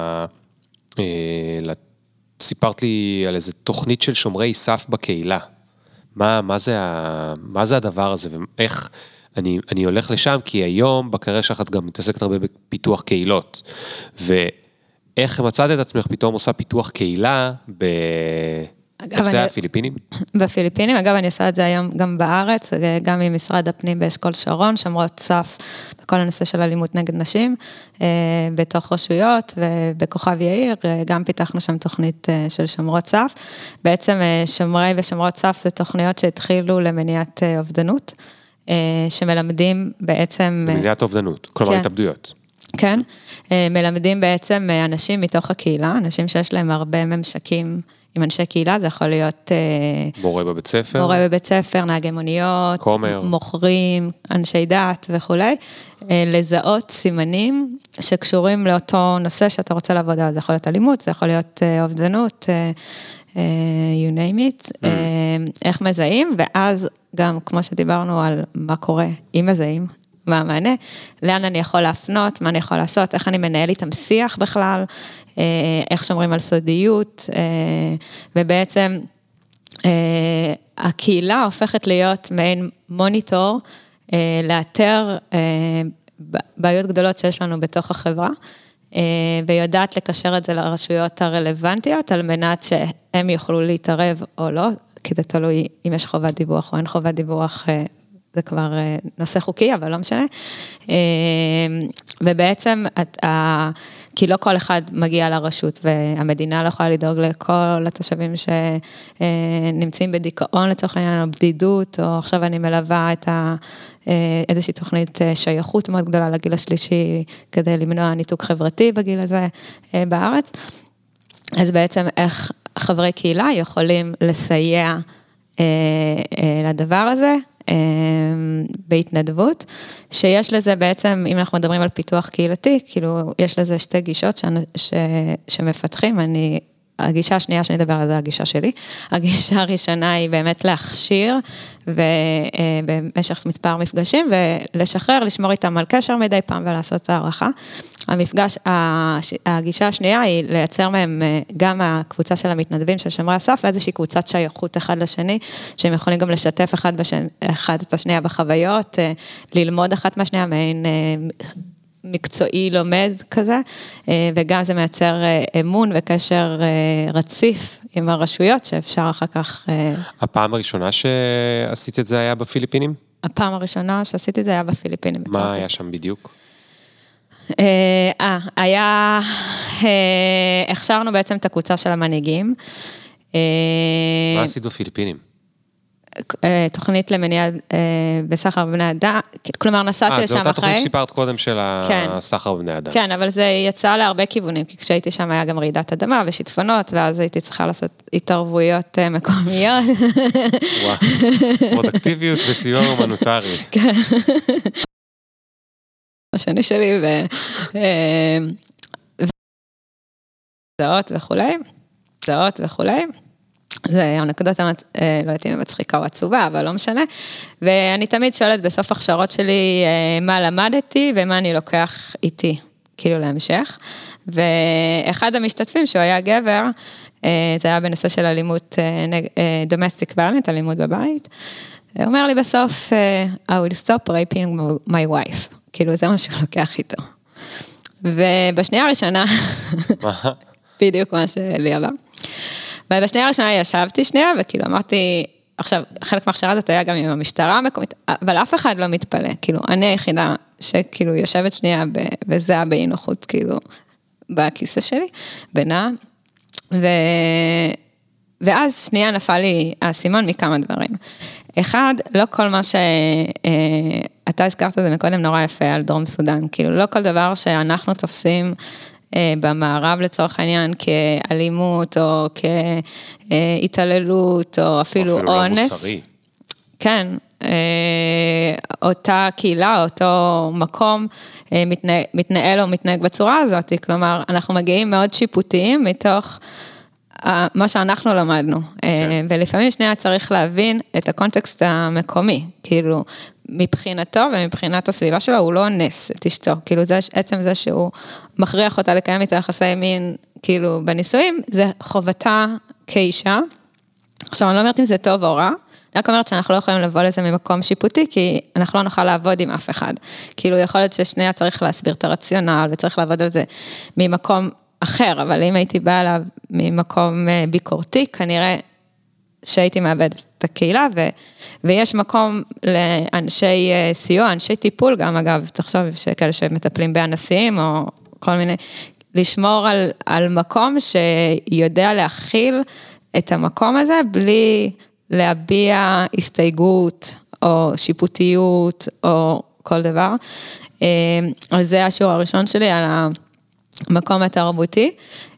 ל... סיפרת לי על איזו תוכנית של שומרי סף בקהילה. מה, מה זה, מה זה הדבר הזה, ואיך אני, אני הולך לשם, כי היום בקריירה שלך את גם מתעסקת הרבה בפיתוח קהילות, ואיך מצאת את עצמך פתאום עושה פיתוח קהילה בקופסי הפיליפינים? בפיליפינים, אגב אני עושה את זה היום גם בארץ, גם עם משרד הפנים באשכול שרון, שומרות סף בכל הנושא של אלימות נגד נשים, בתוך רשויות ובכוכב יאיר, גם פיתחנו שם תוכנית של שומרות סף, בעצם שומרי ושומרות סף זה תוכניות שהתחילו למניעת אובדנות, שמלמדים בעצם... למניעת אובדנות, כלומר התאבדויות. כן, מלמדים בעצם אנשים מתוך הקהילה, אנשים שיש להם הרבה ממשקים, עם אנשי קהילה, זה יכול להיות... מורה בבית ספר. מורה בבית ספר, נהגי מוניות, כומר. מוכרים, אנשי דת וכולי. לזהות סימנים שקשורים לאותו נושא שאתה רוצה לעבוד עליו. זה יכול להיות אלימות, זה יכול להיות אובדנות, you name it. איך מזהים, ואז גם כמו שדיברנו על מה קורה, אם מזהים, מה המענה, לאן אני יכול להפנות, מה אני יכול לעשות, איך אני מנהל איתם שיח בכלל, איך שומרים על סודיות, ובעצם הקהילה הופכת להיות מעין מוניטור, לאתר בעיות גדולות שיש לנו בתוך החברה, ויודעת לקשר את זה לרשויות הרלוונטיות, על מנת שהם יוכלו להתערב או לא, כי זה תלוי אם יש חובת דיווח או אין חובת דיווח זה כבר נושא חוקי, אבל לא משנה. ובעצם, כי לא כל אחד מגיע לרשות, והמדינה לא יכולה לדאוג לכל התושבים שנמצאים בדיכאון לצורך העניין, או בדידות, או עכשיו אני מלווה את איזושהי תוכנית שייכות מאוד גדולה לגיל השלישי, כדי למנוע ניתוק חברתי בגיל הזה בארץ. אז בעצם איך חברי קהילה יכולים לסייע לדבר הזה, בהתנדבות, שיש לזה בעצם, אם אנחנו מדברים על פיתוח קהילתי, כאילו, יש לזה שתי גישות ש... ש... שמפתחים, אני, הגישה השנייה שאני אדבר על זה, הגישה שלי, הגישה הראשונה היא באמת להכשיר, ובמשך מספר מפגשים, ולשחרר, לשמור איתם על קשר מדי פעם, ולעשות את הערכה. המפגש, הגישה השנייה היא לייצר מהם גם הקבוצה של המתנדבים של שומרי הסף, ואיזושהי קבוצת שייכות אחד לשני, שהם יכולים גם לשתף אחד, בשני, אחד את השנייה בחוויות, ללמוד אחת מהשנייה, מעין מקצועי לומד כזה, וגם זה מייצר אמון וקשר רציף עם הרשויות, שאפשר אחר כך... הפעם הראשונה שעשית את זה היה בפיליפינים? הפעם הראשונה שעשיתי את זה היה בפיליפינים. מה היה שם בדיוק? אה, היה, הכשרנו בעצם את הקבוצה של המנהיגים. מה עשית בפיליפינים? תוכנית למניעה בסחר בבני אדם, כלומר נסעתי לשם אחרי. אה, זו אותה תוכנית שסיפרת קודם של הסחר בבני אדם. כן, אבל זה יצא להרבה כיוונים, כי כשהייתי שם היה גם רעידת אדמה ושיטפונות, ואז הייתי צריכה לעשות התערבויות מקומיות. וואו, פרודקטיביות וסיוע הומניטרי. כן. השני שלי, ו... זהות וכולי, זהות וכולי. זה אנקדוטה, לא יודעת אם מצחיקה או עצובה, אבל לא משנה. ואני תמיד שואלת בסוף הכשרות שלי, מה למדתי ומה אני לוקח איתי, כאילו להמשך. ואחד המשתתפים, שהוא היה גבר, זה היה בנושא של אלימות, domestic violence, אלימות בבית. הוא אומר לי בסוף, I will stop raping my wife. כאילו זה מה שהוא לוקח איתו. ובשנייה הראשונה, בדיוק מה שלי עבר. ובשנייה הראשונה ישבתי שנייה, וכאילו אמרתי, עכשיו, חלק מההכשרה הזאת היה גם עם המשטרה המקומית, אבל אף אחד לא מתפלא, כאילו, אני היחידה שכאילו יושבת שנייה, וזה היה באי נוחות, כאילו, בכיסא שלי, בינה, ו... ואז שנייה נפל לי הסימון מכמה דברים. אחד, לא כל מה שאתה הזכרת את זה מקודם נורא יפה על דרום סודן, כאילו לא כל דבר שאנחנו תופסים במערב לצורך העניין כאלימות או כהתעללות או אפילו אונס. אפילו לא מוסרי. כן, אותה קהילה, אותו מקום מתנהל או מתנהג בצורה הזאת, כלומר אנחנו מגיעים מאוד שיפוטיים מתוך... מה שאנחנו למדנו, ולפעמים שנייה צריך להבין את הקונטקסט המקומי, כאילו מבחינתו ומבחינת הסביבה שלו, הוא לא אונס את אשתו, כאילו זה עצם זה שהוא מכריח אותה לקיים איתו יחסי מין, כאילו בנישואים, זה חובתה כאישה, עכשיו אני לא אומרת אם זה טוב או רע, אני רק אומרת שאנחנו לא יכולים לבוא לזה ממקום שיפוטי, כי אנחנו לא נוכל לעבוד עם אף אחד, כאילו יכול להיות ששנייה צריך להסביר את הרציונל, וצריך לעבוד על זה ממקום אחר, אבל אם הייתי באה אליו ממקום ביקורתי, כנראה שהייתי מאבדת את הקהילה, ו, ויש מקום לאנשי סיוע, אנשי טיפול גם, אגב, תחשוב שכאלה שמטפלים באנסים, או כל מיני, לשמור על, על מקום שיודע להכיל את המקום הזה, בלי להביע הסתייגות, או שיפוטיות, או כל דבר. אז זה השיעור הראשון שלי על ה... מקום התרבותי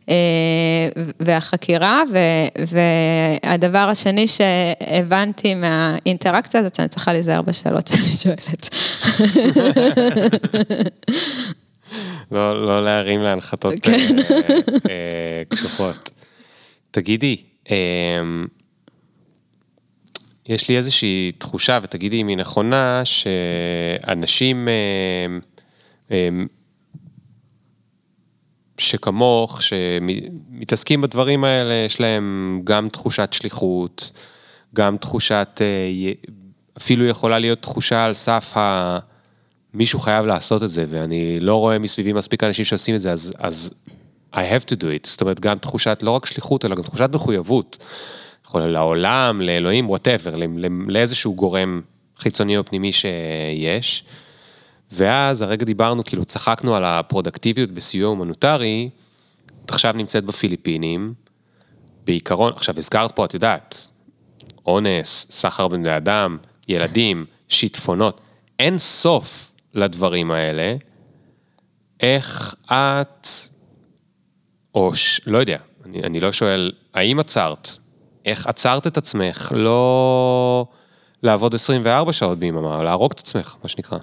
והחקירה, והדבר השני שהבנתי מהאינטראקציה הזאת, שאני צריכה להיזהר בשאלות שאני שואלת. לא להרים להנחתות קשוחות. תגידי, יש לי איזושהי תחושה, ותגידי אם היא נכונה, שאנשים... שכמוך, שמתעסקים בדברים האלה, יש להם גם תחושת שליחות, גם תחושת, אפילו יכולה להיות תחושה על סף ה... מישהו חייב לעשות את זה, ואני לא רואה מסביבי מספיק אנשים שעושים את זה, אז, אז I have to do it, זאת אומרת, גם תחושת, לא רק שליחות, אלא גם תחושת מחויבות, לעולם, לאלוהים, whatever, לאיזשהו גורם חיצוני או פנימי שיש, ואז הרגע דיברנו, כאילו צחקנו על הפרודקטיביות בסיוע הומניטרי, את עכשיו נמצאת בפיליפינים, בעיקרון, עכשיו הזכרת פה, את יודעת, אונס, סחר בני אדם, ילדים, שיטפונות, אין סוף לדברים האלה, איך את, או ש... לא יודע, אני, אני לא שואל, האם עצרת? איך עצרת את עצמך? לא לעבוד עשרים וארבע שעות ביממה, להרוג את עצמך, מה שנקרא.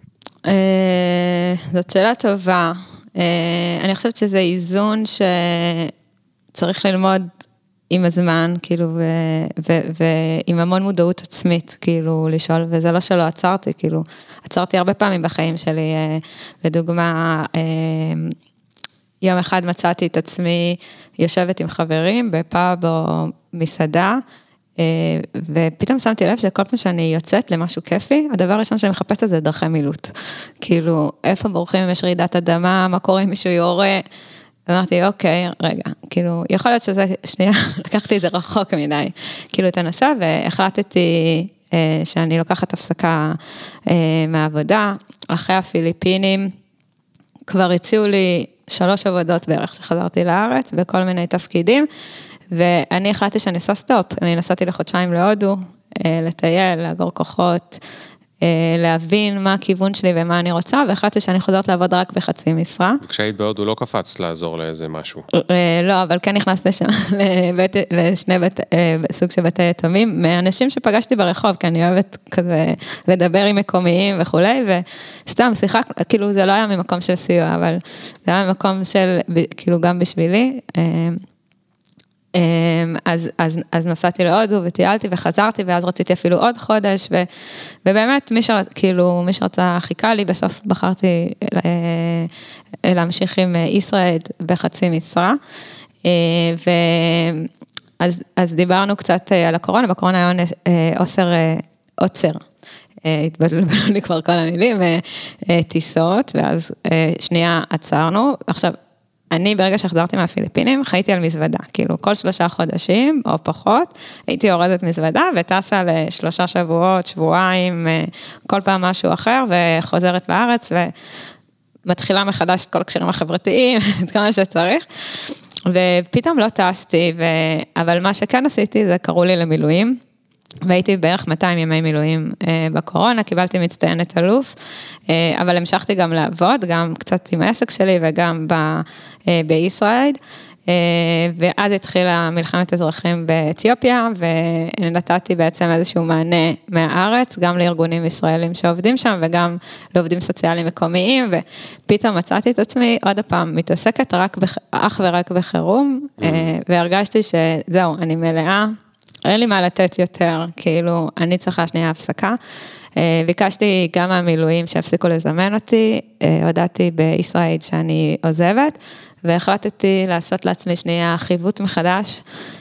זאת שאלה טובה. אני חושבת שזה איזון שצריך ללמוד עם הזמן, כאילו, ועם המון מודעות עצמית, כאילו, לשאול, וזה לא שלא עצרתי, כאילו, עצרתי הרבה פעמים בחיים שלי, לדוגמה, יום אחד מצאתי את עצמי יושבת עם חברים בפאב או מסעדה, ופתאום שמתי לב שכל פעם שאני יוצאת למשהו כיפי, הדבר הראשון שאני מחפשת זה דרכי מילוט. כאילו, איפה בורחים אם יש רעידת אדמה, מה קורה אם מישהו יורה, אמרתי, אוקיי, רגע, כאילו, יכול להיות שזה, שנייה, לקחתי את זה רחוק מדי, כאילו, את הנושא, והחלטתי שאני לוקחת הפסקה מהעבודה, אחרי הפיליפינים, כבר הציעו לי שלוש עבודות בערך שחזרתי לארץ, בכל מיני תפקידים, ואני החלטתי שאני עושה סטופ, אני נסעתי לחודשיים להודו, לטייל, לאגור כוחות, להבין מה הכיוון שלי ומה אני רוצה, והחלטתי שאני חוזרת לעבוד רק בחצי משרה. כשהיית בהודו לא קפצת לעזור לאיזה משהו. לא, אבל כן נכנסתי שם לשני סוג של בתי יתומים, מאנשים שפגשתי ברחוב, כי אני אוהבת כזה לדבר עם מקומיים וכולי, וסתם שיחה, כאילו זה לא היה ממקום של סיוע, אבל זה היה ממקום של, כאילו גם בשבילי, אז, אז, אז נסעתי להודו וטיילתי וחזרתי, ואז רציתי אפילו עוד חודש, ו, ובאמת מי שרצה, כאילו, מי שרצה חיכה לי, בסוף בחרתי להמשיך עם ישראל בחצי משרה, ואז, אז דיברנו קצת על הקורונה, בקורונה היה עוצר, עוצר, התבלבלו לי כבר כל המילים, טיסות, ואז שנייה עצרנו, עכשיו, אני ברגע שהחזרתי מהפיליפינים, חייתי על מזוודה, כאילו כל שלושה חודשים או פחות, הייתי יורדת מזוודה וטסה לשלושה שבועות, שבועיים, כל פעם משהו אחר, וחוזרת לארץ ומתחילה מחדש את כל הקשרים החברתיים, את כמה שצריך, ופתאום לא טסתי, ו... אבל מה שכן עשיתי זה קראו לי למילואים, והייתי בערך מאתיים ימי מילואים בקורונה, קיבלתי מצטיינת אלוף, אבל המשכתי גם לעבוד, גם קצת עם העסק שלי וגם בישראל, ואז התחילה מלחמת אזרחים באתיופיה, ונתתי בעצם איזשהו מענה מהארץ, גם לארגונים ישראלים שעובדים שם, וגם לעובדים סוציאליים מקומיים, ופתאום מצאתי את עצמי עוד הפעם מתעסקת רק אך ורק בחירום, והרגשתי שזהו, אני מלאה, אין לי מה לתת יותר, כאילו, אני צריכה שנייה הפסקה. ביקשתי גם מהמילואים שהפסיקו לזמן אותי, הודעתי בישראל שאני עוזבת, והחלטתי לעשות לעצמי שנייה חיווט מחדש,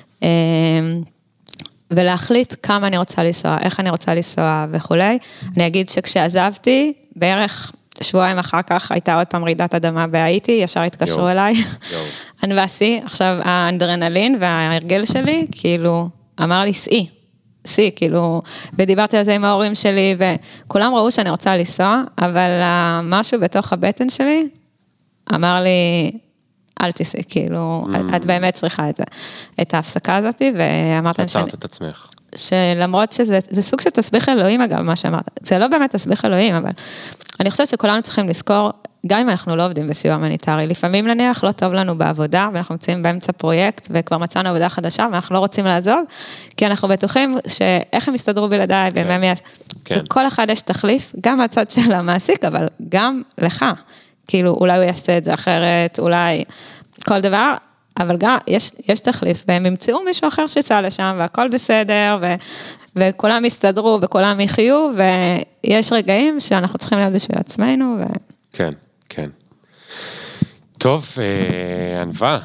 ולהחליט כמה אני רוצה לנסוע, איך אני רוצה לנסוע וכו'. אני אגיד שכשעזבתי, בערך שבועיים אחר כך הייתה עוד פעם רעידת אדמה בהאיטי, ישר התקשרו אליי. הנבסי, עכשיו האנדרנלין וההרגל שלי, כאילו, אמר לי, סעי, סעי, כאילו, ודיברתי על זה עם ההורים שלי, וכולם ראו שאני רוצה לנסוע, אבל משהו בתוך הבטן שלי, אמר לי, אל תסעי, כאילו, mm. את באמת צריכה את זה, את ההפסקה הזאת, ואמרת להם שאני... עצרת את עצמך. שלמרות שזה זה סוג של תסביך אלוהים, אגב, מה שאמרת, זה לא באמת תסביך אלוהים, אבל אני חושבת שכולנו צריכים לזכור, גם אם אנחנו לא עובדים בסיוע הומניטרי, לפעמים נניח לא טוב לנו בעבודה, ואנחנו מצאים באמצע פרויקט, וכבר מצאנו עבודה חדשה, ואנחנו לא רוצים לעזוב, כי אנחנו בטוחים שאיך הם יסתדרו בלעדיי, כן. ומה מייס... כן. וכל אחד יש תחליף, גם מהצד של המעסיק, אבל גם לך, כאילו אולי הוא יעשה את זה אחרת, אולי כל דבר, אבל גם יש, יש תחליף, והם ימצאו מישהו אחר שיצא לשם, והכל בסדר, ו, וכולם יסתדרו, וכולם יחיו, ויש רגעים שאנחנו צריכים להיות בשביל עצמנו. ו... כן, כן. טוב, ענווה,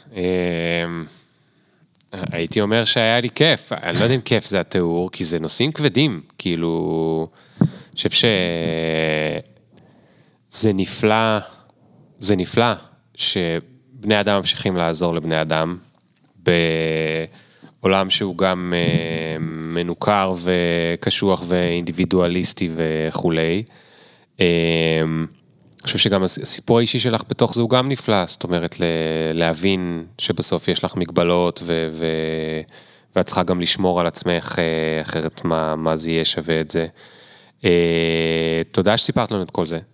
הייתי אומר שהיה לי כיף, אני לא יודע אם כיף זה התיאור, כי זה נושאים כבדים, כאילו, אני חושב שזה נפלא, זה נפלא, ש... בני אדם ממשיכים לעזור לבני אדם, עולם שהוא גם מנוכר וקשוח ואינדיבידואליסטי וכולי. אני חושב שגם הסיפור האישי שלך בתוך זה הוא גם נפלא, זאת אומרת להבין שבסוף יש לך מגבלות ואת צריכה גם לשמור על עצמך, אחרת מה זה יהיה שווה את זה. תודה שסיפרת לנו את כל זה.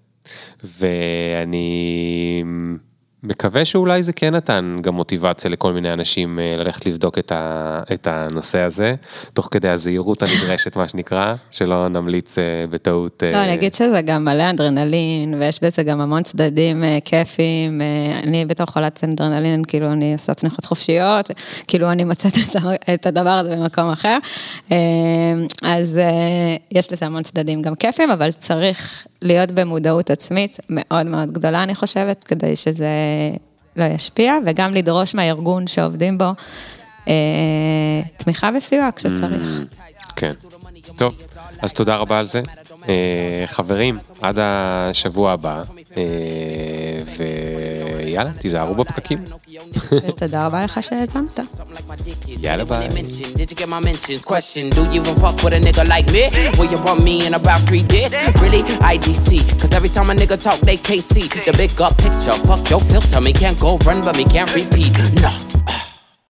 ואני מקווה שאולי זה כן נתן גם מוטיבציה לכל מיני אנשים ללכת לבדוק את, ה, את הנושא הזה, תוך כדי הזהירות הנדרשת, מה שנקרא, שלא נמליץ בטעות. לא, אני אגיד שזה גם מלא אנדרנלין, ויש בזה גם המון צדדים כיפים, אני בתור חולת אנדרנלין, כאילו אני עושה צניחות חופשיות, כאילו אני מצאת את הדבר הזה במקום אחר, אז יש לזה המון צדדים גם כיפים, אבל צריך להיות במודעות עצמית מאוד מאוד גדולה, אני חושבת, כדי שזה לא ישפיע, וגם לדרוש מהארגון שעובדים בו תמיכה וסיוע כשצריך. כן. טוב, אז תודה רבה על זה. חברים, עד השבוע הבא, ויאללה, תיזהרו בפקקים. ותודה רבה לך שהזמת. יאללה ביי. Did you get my mentions? Question, do you even fuck with a nigga like me? Will you bump me in about three days? Really? I D C, cause every time a nigga talk, they can't see the big up picture. Fuck your filter, me can't go run, but me can't repeat. No.